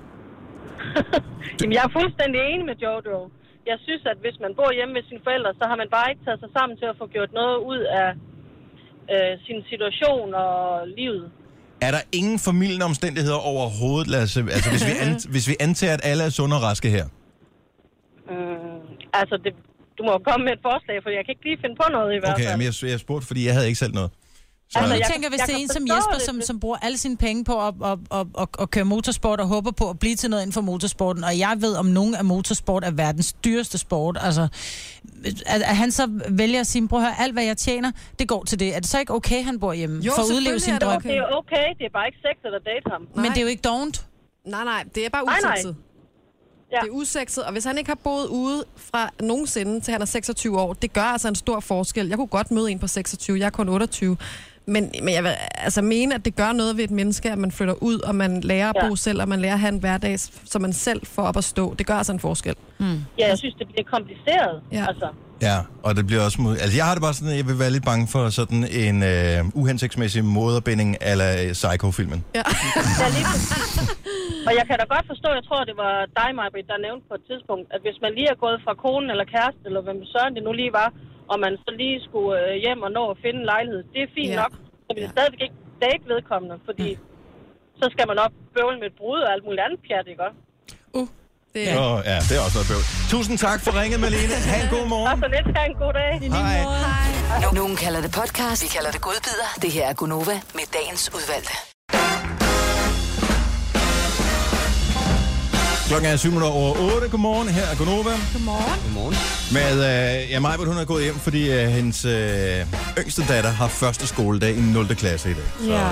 Jamen, jeg er fuldstændig enig med Jojo. Jeg synes, at hvis man bor hjemme med sine forældre, så har man bare ikke taget sig sammen til at få gjort noget ud af øh, sin situation og livet. Er der ingen formildende omstændigheder overhovedet, Lasse? Altså, hvis vi, an, hvis vi antager, at alle er sunde og raske her? Mm, altså, det, du må komme med et forslag, for jeg kan ikke lige finde på noget i hvert fald. Okay, men jeg, jeg spurgte, fordi jeg havde ikke selv noget. Så altså, jeg, jeg tænker, hvis jeg det er en som forstå Jesper, det, som, men- som bruger alle sine penge på at, at, at, at, at køre motorsport og håber på at blive til noget inden for motorsporten, og jeg ved om nogen af motorsport er verdens dyreste sport, altså at, at han så vælger at sige, prøv at høre, alt hvad jeg tjener, det går til det. Er det så ikke okay, han bor hjemme? Jo, for at udleve sin drøm? Det er okay, det er bare ikke sexet at date ham. Men det er jo ikke dovent. Nej, nej, det er bare Nej, nej. usekset. Ja. Det er usekset, og hvis han ikke har boet ude fra nogensinde til han er seksogtyve år, det gør altså en stor forskel. Jeg kunne godt møde en på seksogtyve, jeg er kun otteogtyve. Men, men jeg vil altså mene, at det gør noget ved et menneske, at man flytter ud, og man lærer at Ja. bo selv, og man lærer at have en hverdag, så man selv får op at stå. Det gør altså en forskel. Mm. Ja, jeg synes, det bliver kompliceret. Ja. Altså. Ja, og det bliver også... mod- Altså, jeg har det bare sådan, at jeg vil være lidt bange for sådan en øh, uhensigtsmæssig moderbinding ala Psycho-filmen. Ja. Ja, lige præcis. Og jeg kan da godt forstå, jeg tror, det var dig, Maj-Brit, der nævnte på et tidspunkt, at hvis man lige er gået fra konen eller kæresten, eller hvem søren det nu lige var, og man så lige skulle øh, hjem og nå at finde en lejlighed, det er fint Ja. nok. Så vil det stadigvæk ikke date vedkommende, fordi så skal man op bøvle med et brud og alt muligt andet pjat, ikke også? Uh, det Ja. Oh, ja, det er også noget bøvl. Tusind tak for ringet, Malene. Ha' en god morgen. Og så lidt, have en god dag. Hej. No- Nogen kalder det podcast, vi kalder det godbider. Det her er Gunova med dagens udvalgte. Klokken er syv minutter over otte. Godmorgen. Her er Gunova. Godmorgen. Godmorgen. Med, øh, ja, Majbert, hun er gået hjem, fordi øh, hendes øh, yngste datter har første skoledag i nul klasse i dag. Så, Ja.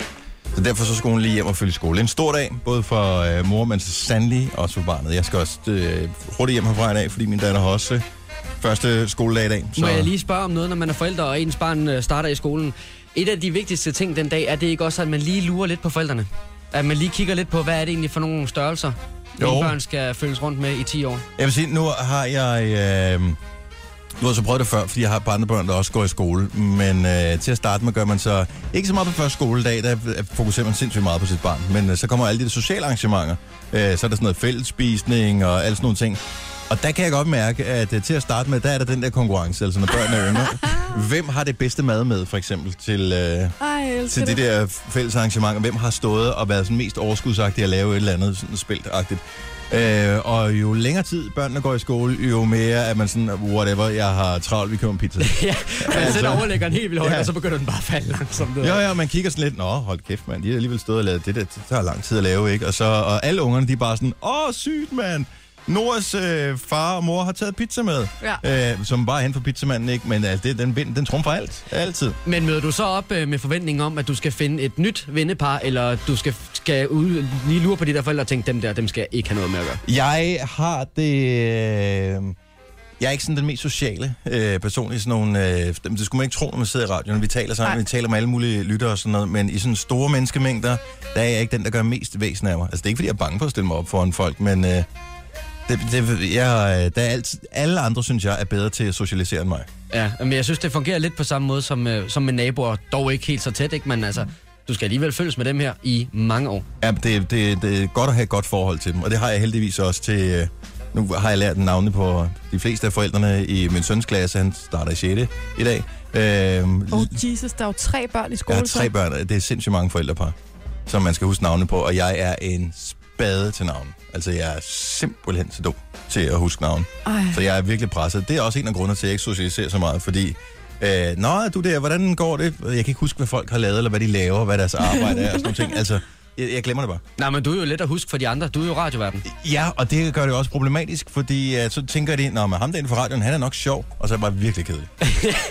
så derfor så skal hun lige hjem og følge skole. En stor dag, både for øh, mor, men så sandelig også for barnet. Jeg skal også øh, hurtigt hjem herfra i dag, fordi min datter har også øh, første skoledag i dag. Så. Må jeg lige spørge om noget, når man er forældre, og ens barn øh, starter i skolen? Et af de vigtigste ting den dag, er det ikke også, at man lige lurer lidt på forældrene? At man lige kigger lidt på, hvad er det egentlig for nogle størrelser, Jo. mine børn skal følges rundt med i ti år? Jeg vil sige, nu har jeg... Øh, nu har jeg så prøvet det før, fordi jeg har et par andre børn, der også går i skole. Men øh, til at starte med gør man så... Ikke så meget på første skoledag, der fokuserer man sindssygt meget på sit barn. Men øh, så kommer alle de der sociale arrangementer. Øh, så er der sådan noget fællesspisning og alle sådan nogle ting. Og der kan jeg godt mærke, at øh, til at starte med, der er der den der konkurrence. Altså når børn er yngre. Hvem har det bedste mad med, for eksempel, til... Øh, Ej, til de der fælles arrangementer. Hvem har stået og været sådan mest overskudsagtig at lave et eller andet sådan spiltagtigt. Øh, og jo længere tid børnene går i skole, jo mere er man sådan, whatever, jeg har travlt, vi køber en pizza. Ja, man Altså, sætter overlæggeren helt vildt højt, ja. og så begynder den bare at falde langsomt. ned. Ja, ja, man kigger sådan lidt, nå, hold kæft, mand, de har alligevel stået og lavet det der, det tager lang tid at lave, ikke? Og, så, og alle ungerne, de er bare sådan, åh, sygt, mand! Noras øh, far og mor har taget pizza med, Ja. øh, som bare er hen for pizzamanden, ikke? Men altså, det, den, vind, den trumfer alt, altid. Men møder du så op øh, med forventning om, at du skal finde et nyt vennepar, eller du skal, skal ud, lige lure på de der forældre og tænke, dem der, dem skal jeg ikke have noget med at gøre? Jeg har det... Øh, jeg er ikke sådan den mest sociale øh, person i sådan nogle... Øh, det skulle man ikke tro, når man sidder i radioen. Vi taler sammen, Nej. vi taler med alle mulige lyttere og sådan noget, men i sådan store menneskemængder, der er jeg ikke den, der gør mest væsen af mig. Altså, det er ikke, fordi jeg er bange for at stille mig op foran folk, men... Øh, det, det, jeg, der er alt, alle andre, synes jeg, er bedre til at socialisere end mig. Ja, men jeg synes, det fungerer lidt på samme måde som, øh, som med naboer, dog ikke helt så tæt, ikke? Men altså, du skal alligevel følges med dem her i mange år. Ja, det, det, det er godt at have et godt forhold til dem, og det har jeg heldigvis også til... Øh, nu har jeg lært navne på de fleste af forældrene i min søns klasse. Han starter i sjette i dag. Øh, Oh Jesus, der er jo tre børn i skole. Jeg har tre børn, og det er sindssygt mange forældrepar, som man skal huske navne på, og jeg er en spade til navn. Altså, jeg er simpelthen så dum til at huske navn. Ej. Så jeg er virkelig presset. Det er også en af grundene til, at jeg ikke socialiserer så meget, fordi... Øh, Nå, du der, hvordan går det? Jeg kan ikke huske, hvad folk har lavet, eller hvad de laver, hvad deres arbejde er, og sådan nogle ting. Altså, jeg, jeg glemmer det bare. Nej, men du er jo let at huske for de andre. Du er jo radioverden. Ja, og det gør det også problematisk, fordi uh, så tænker jeg, nå, men ham derinde fra radioen, han er nok sjov, og så er jeg bare virkelig kedelig. Det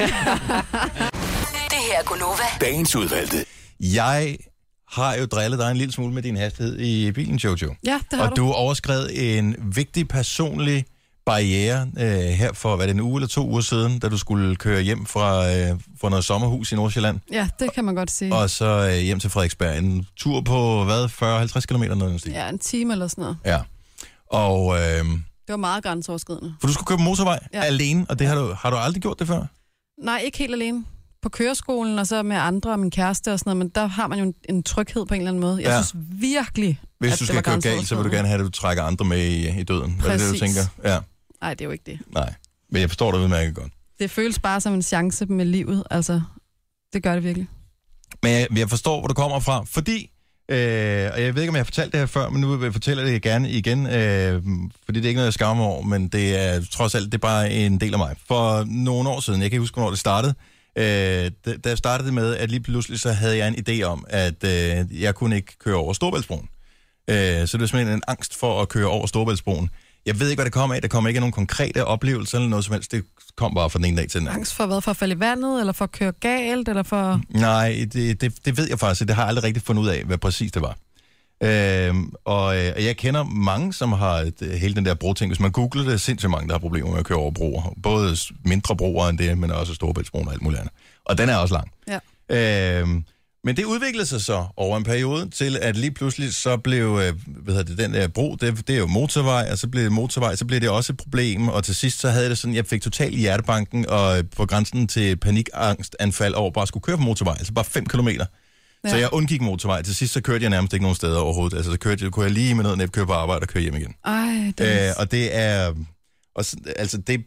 her er Gunova. Dagens udvalgte. Jeg har jo drillet dig en lille smule med din hastighed i bilen, Jojo. Ja, det har og du. du overskred en vigtig personlig barriere øh, her for, hvad det, en uge eller to uger siden, da du skulle køre hjem fra, øh, fra noget sommerhus i Nordsjælland, Ja, det kan man godt sige. og så øh, hjem til Frederiksberg. En tur på, hvad, fyrre til halvtreds kilometer? Noget ja. Ja, en time eller sådan noget. Ja. Og, øh, Det var meget grænseoverskridende. for du skulle køre på motorvej Ja. ja. alene, og det har du, har du aldrig gjort det før? Nej, ikke helt alene. På køreskolen, og så med andre og min kæreste og sådan noget, men der har man jo en, en tryghed på en eller anden måde. Jeg Ja. synes virkelig, Hvis at du det skal var køre galt, så vil du grænseoverskridende. gerne have, at du trækker andre med i, i døden. Hvad er det, du Præcis. tænker? Ja. Nej, det er jo ikke det. Nej, men jeg forstår dig udmærket godt. Det føles bare som en chance med livet, altså. Det gør det virkelig. Men jeg, jeg forstår, hvor du kommer fra, fordi, øh, og jeg ved ikke, om jeg har fortalt det her før, men nu vil jeg fortælle det gerne igen, øh, fordi det er ikke noget, jeg skammer over, men det er trods alt, det er bare en del af mig. For nogle år siden, jeg kan ikke huske, hvornår det startede, Øh, der startede det med, at lige pludselig så havde jeg en idé om, at øh, jeg kunne ikke køre over Storebæltsbroen. Øh, så det var simpelthen en angst for at køre over Storebæltsbroen. Jeg ved ikke, hvad det kom af. Der kom ikke nogen konkrete oplevelser eller noget som helst. Det kom bare fra den ene dag til den anden. Angst for hvad? For at falde i vandet, eller for at køre galt, eller for... Nej, det, det, det ved jeg faktisk. Det har jeg aldrig rigtig fundet ud af, hvad præcis det var. Øhm, og øh, jeg kender mange, som har et, hele den der broting. Hvis man googler det, er sindssygt mange, der har problemer med at køre over broer. Både mindre broer end det, men også Storebæltsbroen og alt muligt andet. Og den er også lang. Ja. Øhm, men det udviklede sig så over en periode til, at lige pludselig så blev øh, hvad hedder det, den der bro, det, det er jo motorvej, og så blev det motorvej, så blev det også et problem. Og til sidst så havde det sådan, jeg fik totalt i hjertebanken og på grænsen til panikangstanfald over bare at skulle køre på motorvej, altså bare fem kilometer. Ja. Så jeg undgik motorvej. Til sidst så kørte jeg nærmest ikke nogen steder overhovedet. Altså så kørte jeg, kunne jeg lige med noget næb køre på arbejde og køre hjem igen. Ej, det er... Øh, og det er... Og, altså det...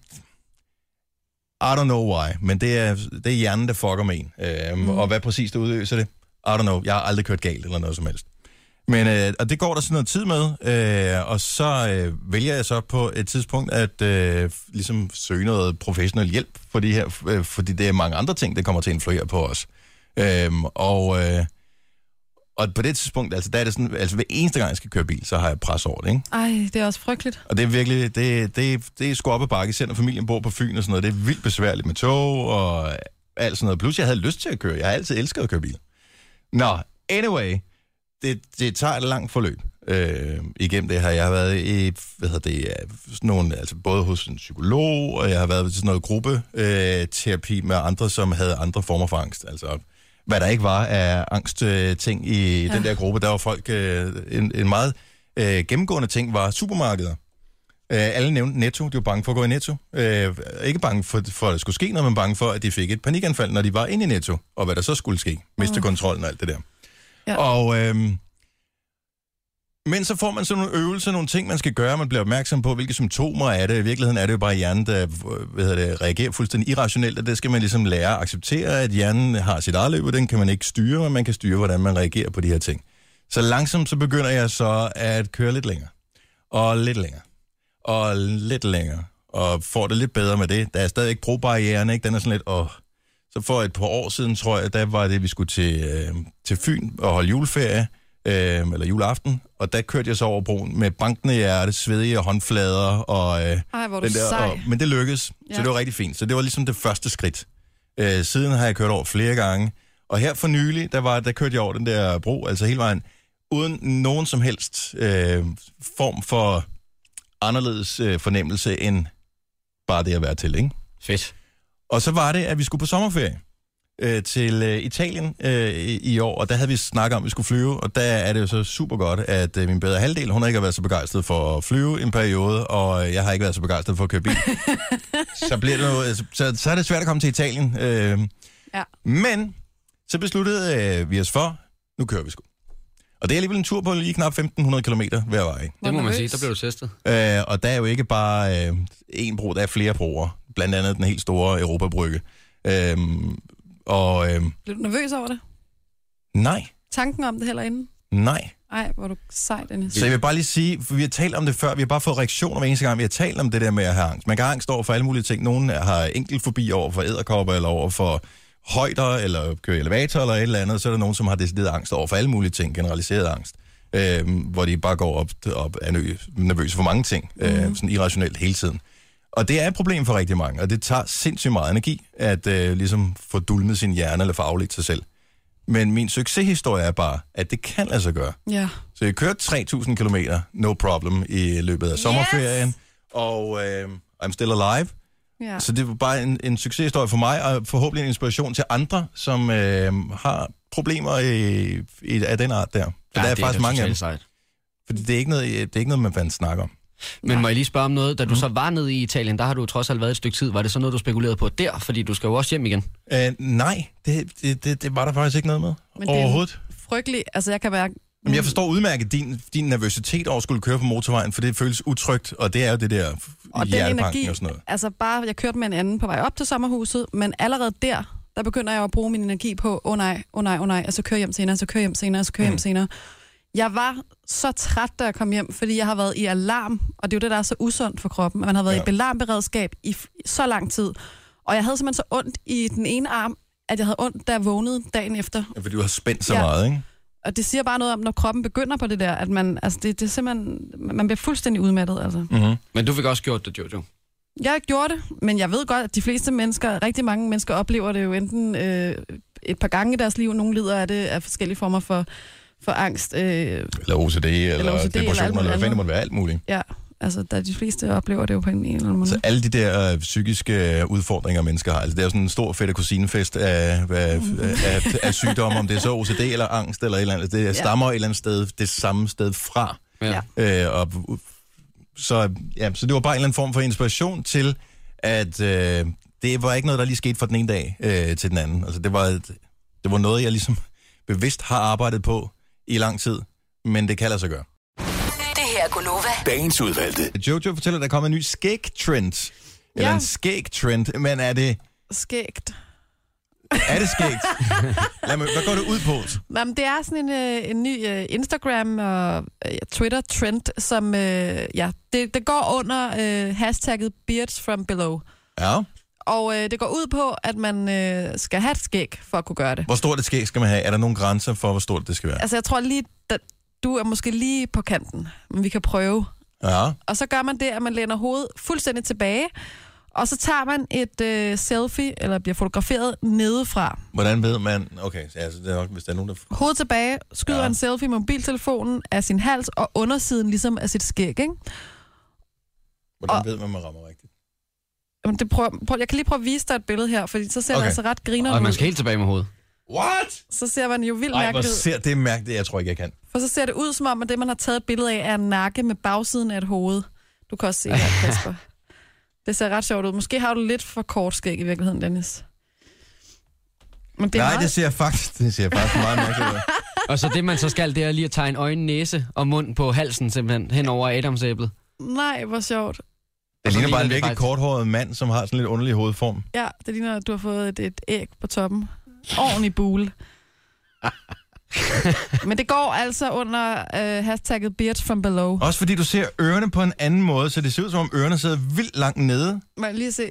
I don't know why, men det er, det er hjernen, der fucker med en. Øh, mm. Og hvad præcis det udløser det? I don't know. Jeg har aldrig kørt galt eller noget som helst. Men, øh, og det går der sådan noget tid med, øh, og så øh, vælger jeg så på et tidspunkt at øh, ligesom søge noget professionel hjælp for de her, øh, fordi det er mange andre ting, der kommer til at influere på os. Øhm, og, øh, og på det tidspunkt, altså der er det sådan, altså hver eneste gang jeg skal køre bil, så har jeg pres over det, ikke? Ej, det er også frygteligt. Og det er virkelig, det, det, det er sgu op ad bakke, selv når familien bor på Fyn og sådan noget. Det er vildt besværligt med tog og alt sådan noget. Plus jeg havde lyst til at køre. Jeg har altid elsket at køre bil. Nå, anyway, det, det tager et langt forløb øh, igennem det her. Jeg har været i, hvad hedder det, sådan nogle, altså både hos en psykolog, og jeg har været i sådan noget gruppeterapi øh, med andre, som havde andre former for angst. Altså, hvad der ikke var af angstting øh, i ja. den der gruppe. Der var folk, øh, en, en meget øh, gennemgående ting var supermarkeder. Øh, alle nævnte Netto, de var bange for at gå i Netto. Øh, ikke bange for, for, at der skulle ske noget, men bange for, at de fik et panikanfald, når de var inde i Netto, og hvad der så skulle ske. Miste uh. kontrollen og alt det der. Ja. Og, øh, men så får man sådan nogle øvelser, nogle ting, man skal gøre. Man bliver opmærksom på, hvilke symptomer er det. I virkeligheden er det jo bare hjernen, der hvad hedder det, reagerer fuldstændig irrationelt, og det skal man ligesom lære at acceptere, at hjernen har sit eget løb, og den kan man ikke styre, men man kan styre, hvordan man reagerer på de her ting. Så langsomt så begynder jeg så at køre lidt længere, og lidt længere, og lidt længere, og får det lidt bedre med det. Der er stadigvæk brobarrieren, ikke? Den er sådan lidt, åh. Så for et par år siden, tror jeg, der var det, vi skulle til, øh, til Fyn og holde juleferie, øh, eller juleaften, og der kørte jeg så over broen med bankende hjerte, svedige håndflader, og, øh, Ej, hvor du den der, sej. og men det lykkedes, ja. Så det var rigtig fint. Så det var ligesom det første skridt. Øh, siden har jeg kørt over flere gange, og her for nylig, der, var, der kørte jeg over den der bro, altså hele vejen, uden nogen som helst øh, form for anderledes øh, fornemmelse end bare det at være til, ikke? Fedt. Og så var det, at vi skulle på sommerferie øh, til øh, Italien øh, i, i år, og der havde vi snakket om, at vi skulle flyve, og der er det jo så super godt, at øh, min bedre halvdel, hun har ikke været så begejstret for at flyve en periode, og øh, jeg har ikke været så begejstret for at køre bil. så, bliver det noget, så, så, så er det svært at komme til Italien. Øh, ja. Men så besluttede øh, vi os for, nu kører vi sgu. Og det er alligevel en tur på lige knap femten hundrede kilometer hver vej. Det må man sige, der blev du testet. Øh, og der er jo ikke bare øh, én bro, der er flere broer. Blandt andet den helt store Europabrygge. Øh, og, øh, blev du nervøs over det? Nej. Tanken om det heller inden? Nej. Ej, hvor er du sej, Dennis. Så jeg vil bare lige sige, for vi har talt om det før, vi har bare fået reaktioner hver eneste gang, vi har talt om det der med at have angst. Man kan have angst over for alle mulige ting. Nogle har enkeltfobi over for edderkopper, eller over for højder, eller køre elevator, eller et eller andet. Så er der nogen, som har decideret angst over for alle mulige ting, generaliseret angst. Øh, hvor de bare går op, op er nervøse for mange ting, mm. øh, sådan irrationelt hele tiden. Og det er et problem for rigtig mange, og det tager sindssygt meget energi, at øh, ligesom få dulmet sin hjerne, eller få afledt sig selv. Men min succeshistorie er bare, at det kan lade sig gøre. Ja. Så jeg kørte tre tusind kilometer, no problem, i løbet af sommerferien, yes. og øh, I'm still alive. Ja. Så det var bare en, en succeshistorie for mig, og forhåbentlig en inspiration til andre, som øh, har problemer i, i, af den art der. For ja, der er, er faktisk mange af dem. Fordi det er ikke noget, det er ikke noget man fandt snakke om. Men må jeg lige spørge om noget? Da du mm. så var nede i Italien, der har du trods alt været et stykke tid. Var det så noget, du spekulerede på der? Fordi du skal jo også hjem igen. Øh, nej, det, det, det, det var der faktisk ikke noget med. Men overhovedet. Frygtelig. Altså, jeg kan mærke... Men jeg forstår udmærket din, din nervøsitet over at skulle køre på motorvejen, for det føles utrygt, og det er jo det der og hjertebanken og sådan noget. Altså bare, jeg kørte med en anden på vej op til sommerhuset, men allerede der, der begynder jeg at bruge min energi på, åh oh, nej, åh oh, nej, åh oh, nej, og så kører hjem senere, så kører hjem senere, så kører mm. hjem senere. Jeg var så træt, da jeg kom hjem, fordi jeg har været i alarm, og det er jo det, der er så usundt for kroppen, at man har været ja. i alarmberedskab i så lang tid, Og jeg havde simpelthen så ondt i den ene arm, at jeg havde ondt, da jeg vågnede dagen efter. Ja, fordi du har spændt så Ja. meget, ikke? Og det siger bare noget om, når kroppen begynder på det der, at man, altså det, det er simpelthen, man bliver fuldstændig udmattet, altså. Mm-hmm. Men du fik også gjort det, Jojo. Jeg har gjort det, men jeg ved godt, at de fleste mennesker, rigtig mange mennesker oplever det jo enten øh, et par gange i deres liv. Nogle lider af det af forskellige former for, for angst. Øh, eller O C D, eller, eller O C D, depressioner, eller, eller hvad fanden det måtte være, alt muligt. Ja, altså der, de fleste oplever det jo på en eller anden måde. Så alle de der øh, psykiske udfordringer, mennesker har, altså det er jo sådan en stor fætter kusinefest af, af, af, af sygdomme, om det er så O C D eller angst eller et eller andet. Det stammer et eller andet sted, det samme sted fra. Ja. Øh, og, så, ja, så det var bare en eller anden form for inspiration til, at øh, det var ikke noget, der lige skete fra den ene dag øh, til den anden. Altså det var, det var noget, jeg ligesom bevidst har arbejdet på i lang tid, men det kan lade sig gøre. Det her er Gunova. Dagens udvalgte. Jojo fortæller, at der kommer en ny skæg-trend. Eller Ja. en skæg-trend, men er det... Skægt. Er det skægt? Lad mig, hvad går det ud på? Nå, men det er sådan en, øh, en ny øh, Instagram og øh, Twitter-trend, som øh, ja, det, det går under øh, hashtagget Beards from Below. Ja. Og øh, det går ud på, at man øh, skal have et skæg for at kunne gøre det. Hvor stort et skæg skal man have? Er der nogle grænser for, hvor stort det skal være? Altså, jeg tror lige, da, du er måske lige på kanten, men vi kan prøve. Ja. Og så gør man det, at man læner hovedet fuldstændig tilbage, og så tager man et øh, selfie, eller bliver fotograferet nedefra. Hvordan ved man... Okay, altså, det er nok, hvis der er nogen, der... Hovedet tilbage, skyder ja. en selfie med mobiltelefonen af sin hals, og undersiden ligesom af sit skæg, ikke? Hvordan og, ved man, man rammer rigtigt? Jamen, det prøv, prøv, jeg kan lige prøve at vise dig et billede her, fordi så ser okay. det altså ret griner ud. Og man skal helt tilbage med hovedet. What? Så ser man jo vildt Ej, mærkeligt hvor ud. ser det mærkeligt? Jeg tror ikke, jeg kan. For så ser det ud som om, at det, man har taget et billede af, er en nakke med bagsiden af et hoved. Du kan også se det her, Kasper. Det ser ret sjovt ud. Måske har du lidt for kort skæg i virkeligheden, Dennis. Men det Nej, meget... det ser faktisk, det ser faktisk meget mærkeligt ud. Og så det, man så skal, det er lige at tegne øjne, næse og mund på halsen simpelthen, hen over adamsæblet. Nej, hvor sjovt. Det ligner bare en det virkelig faktisk- korthåret mand, som har sådan lidt underlig hovedform. Ja, det ligner, at du har fået et, et æg på toppen. Ordentlig bule. Men det går altså under øh, hashtagget Beards from Below. Også fordi du ser ørerne på en anden måde, så det ser ud som om ørerne sidder vildt langt nede. Må jeg lige se?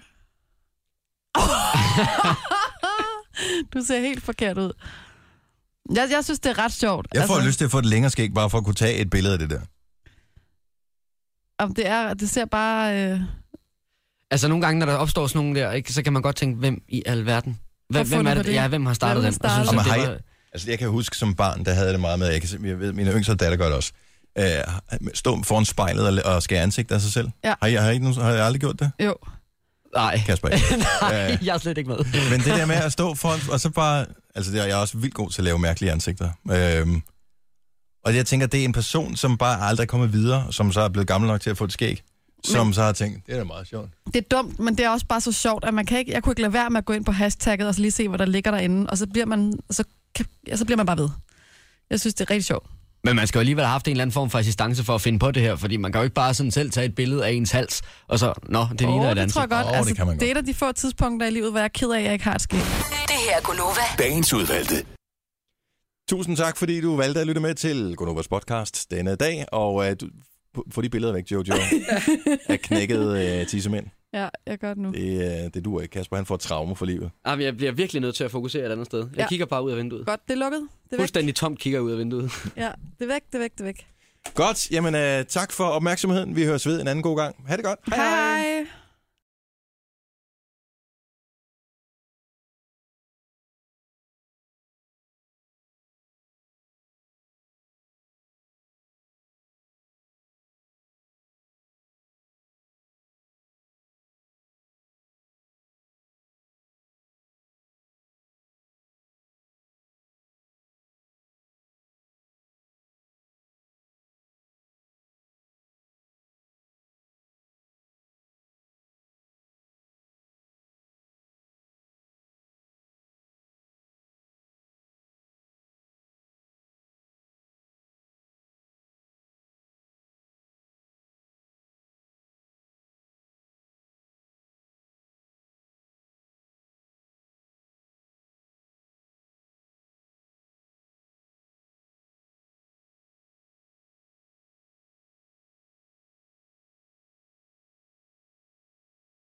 Du ser helt forkert ud. Jeg, jeg synes, det er ret sjovt. Jeg får altså... lyst til at få et længere skæg, bare for at kunne tage et billede af det der. Om det, er, det ser bare... Øh... Altså nogle gange, når der opstår sådan nogle der, ikke, så kan man godt tænke, hvem i alverden? Hvem, hvem er det? det? Ja, hvem har startet Hvem den? har startet Og synes, Og at man det har, var... altså, jeg kan huske som barn, der havde jeg det meget med, jeg, kan, jeg ved, mine yngste datter gør det også, uh, stå foran spejlet og, og skære ansigt af sig selv. Ja. Har, jeg, har, I, har jeg aldrig gjort det? Jo. Nej. Kasper ikke. Nej, jeg er slet ikke med. Men det der med at stå foran, og så bare, altså det er, jeg er også vildt god til at lave mærkelige ansigter. Øhm, og jeg tænker, det er en person, som bare aldrig er kommet videre, som så er blevet gammel nok til at få et skæg, som men, så har tænkt, det er da meget sjovt. Det er dumt, men det er også bare så sjovt, at man kan ikke, jeg kunne ikke lade være med at gå ind på hashtagget og så lige se, hvad der ligger derinde, og så bliver man, så, kan, ja, så bliver man bare ved. Jeg synes, det er rigtig sjovt. Men man skal jo alligevel have haft en eller anden form for assistance for at finde på det her, fordi man kan jo ikke bare sådan selv tage et billede af ens hals, og så, nå, det ligner oh, et det ansigt. tror jeg godt. Oh, altså, det kan man det er godt. et af de få tidspunkter i livet, hvor jeg er ked af, at jeg ikke har et skæg. Det her er Gunova. Dagens udvalgte. Tusind tak, fordi du valgte at lytte med til Gunovas podcast denne dag, og uh, du, få de billeder væk, Jojo, af knækket uh, tissemænd. Ja, jeg gør det nu. Det, uh, det duer ikke. Kasper, han får traume for livet. Jamen, jeg bliver virkelig nødt til at fokusere et andet sted. Jeg Ja. kigger bare ud af vinduet. Godt, det er lukket. Det er væk. Fuldstændig tomt kigger jeg ud af vinduet. Ja, det er væk, det er væk, det er væk. Godt, jamen uh, tak for opmærksomheden. Vi høres ved en anden god gang. Ha' det godt. Hej hej.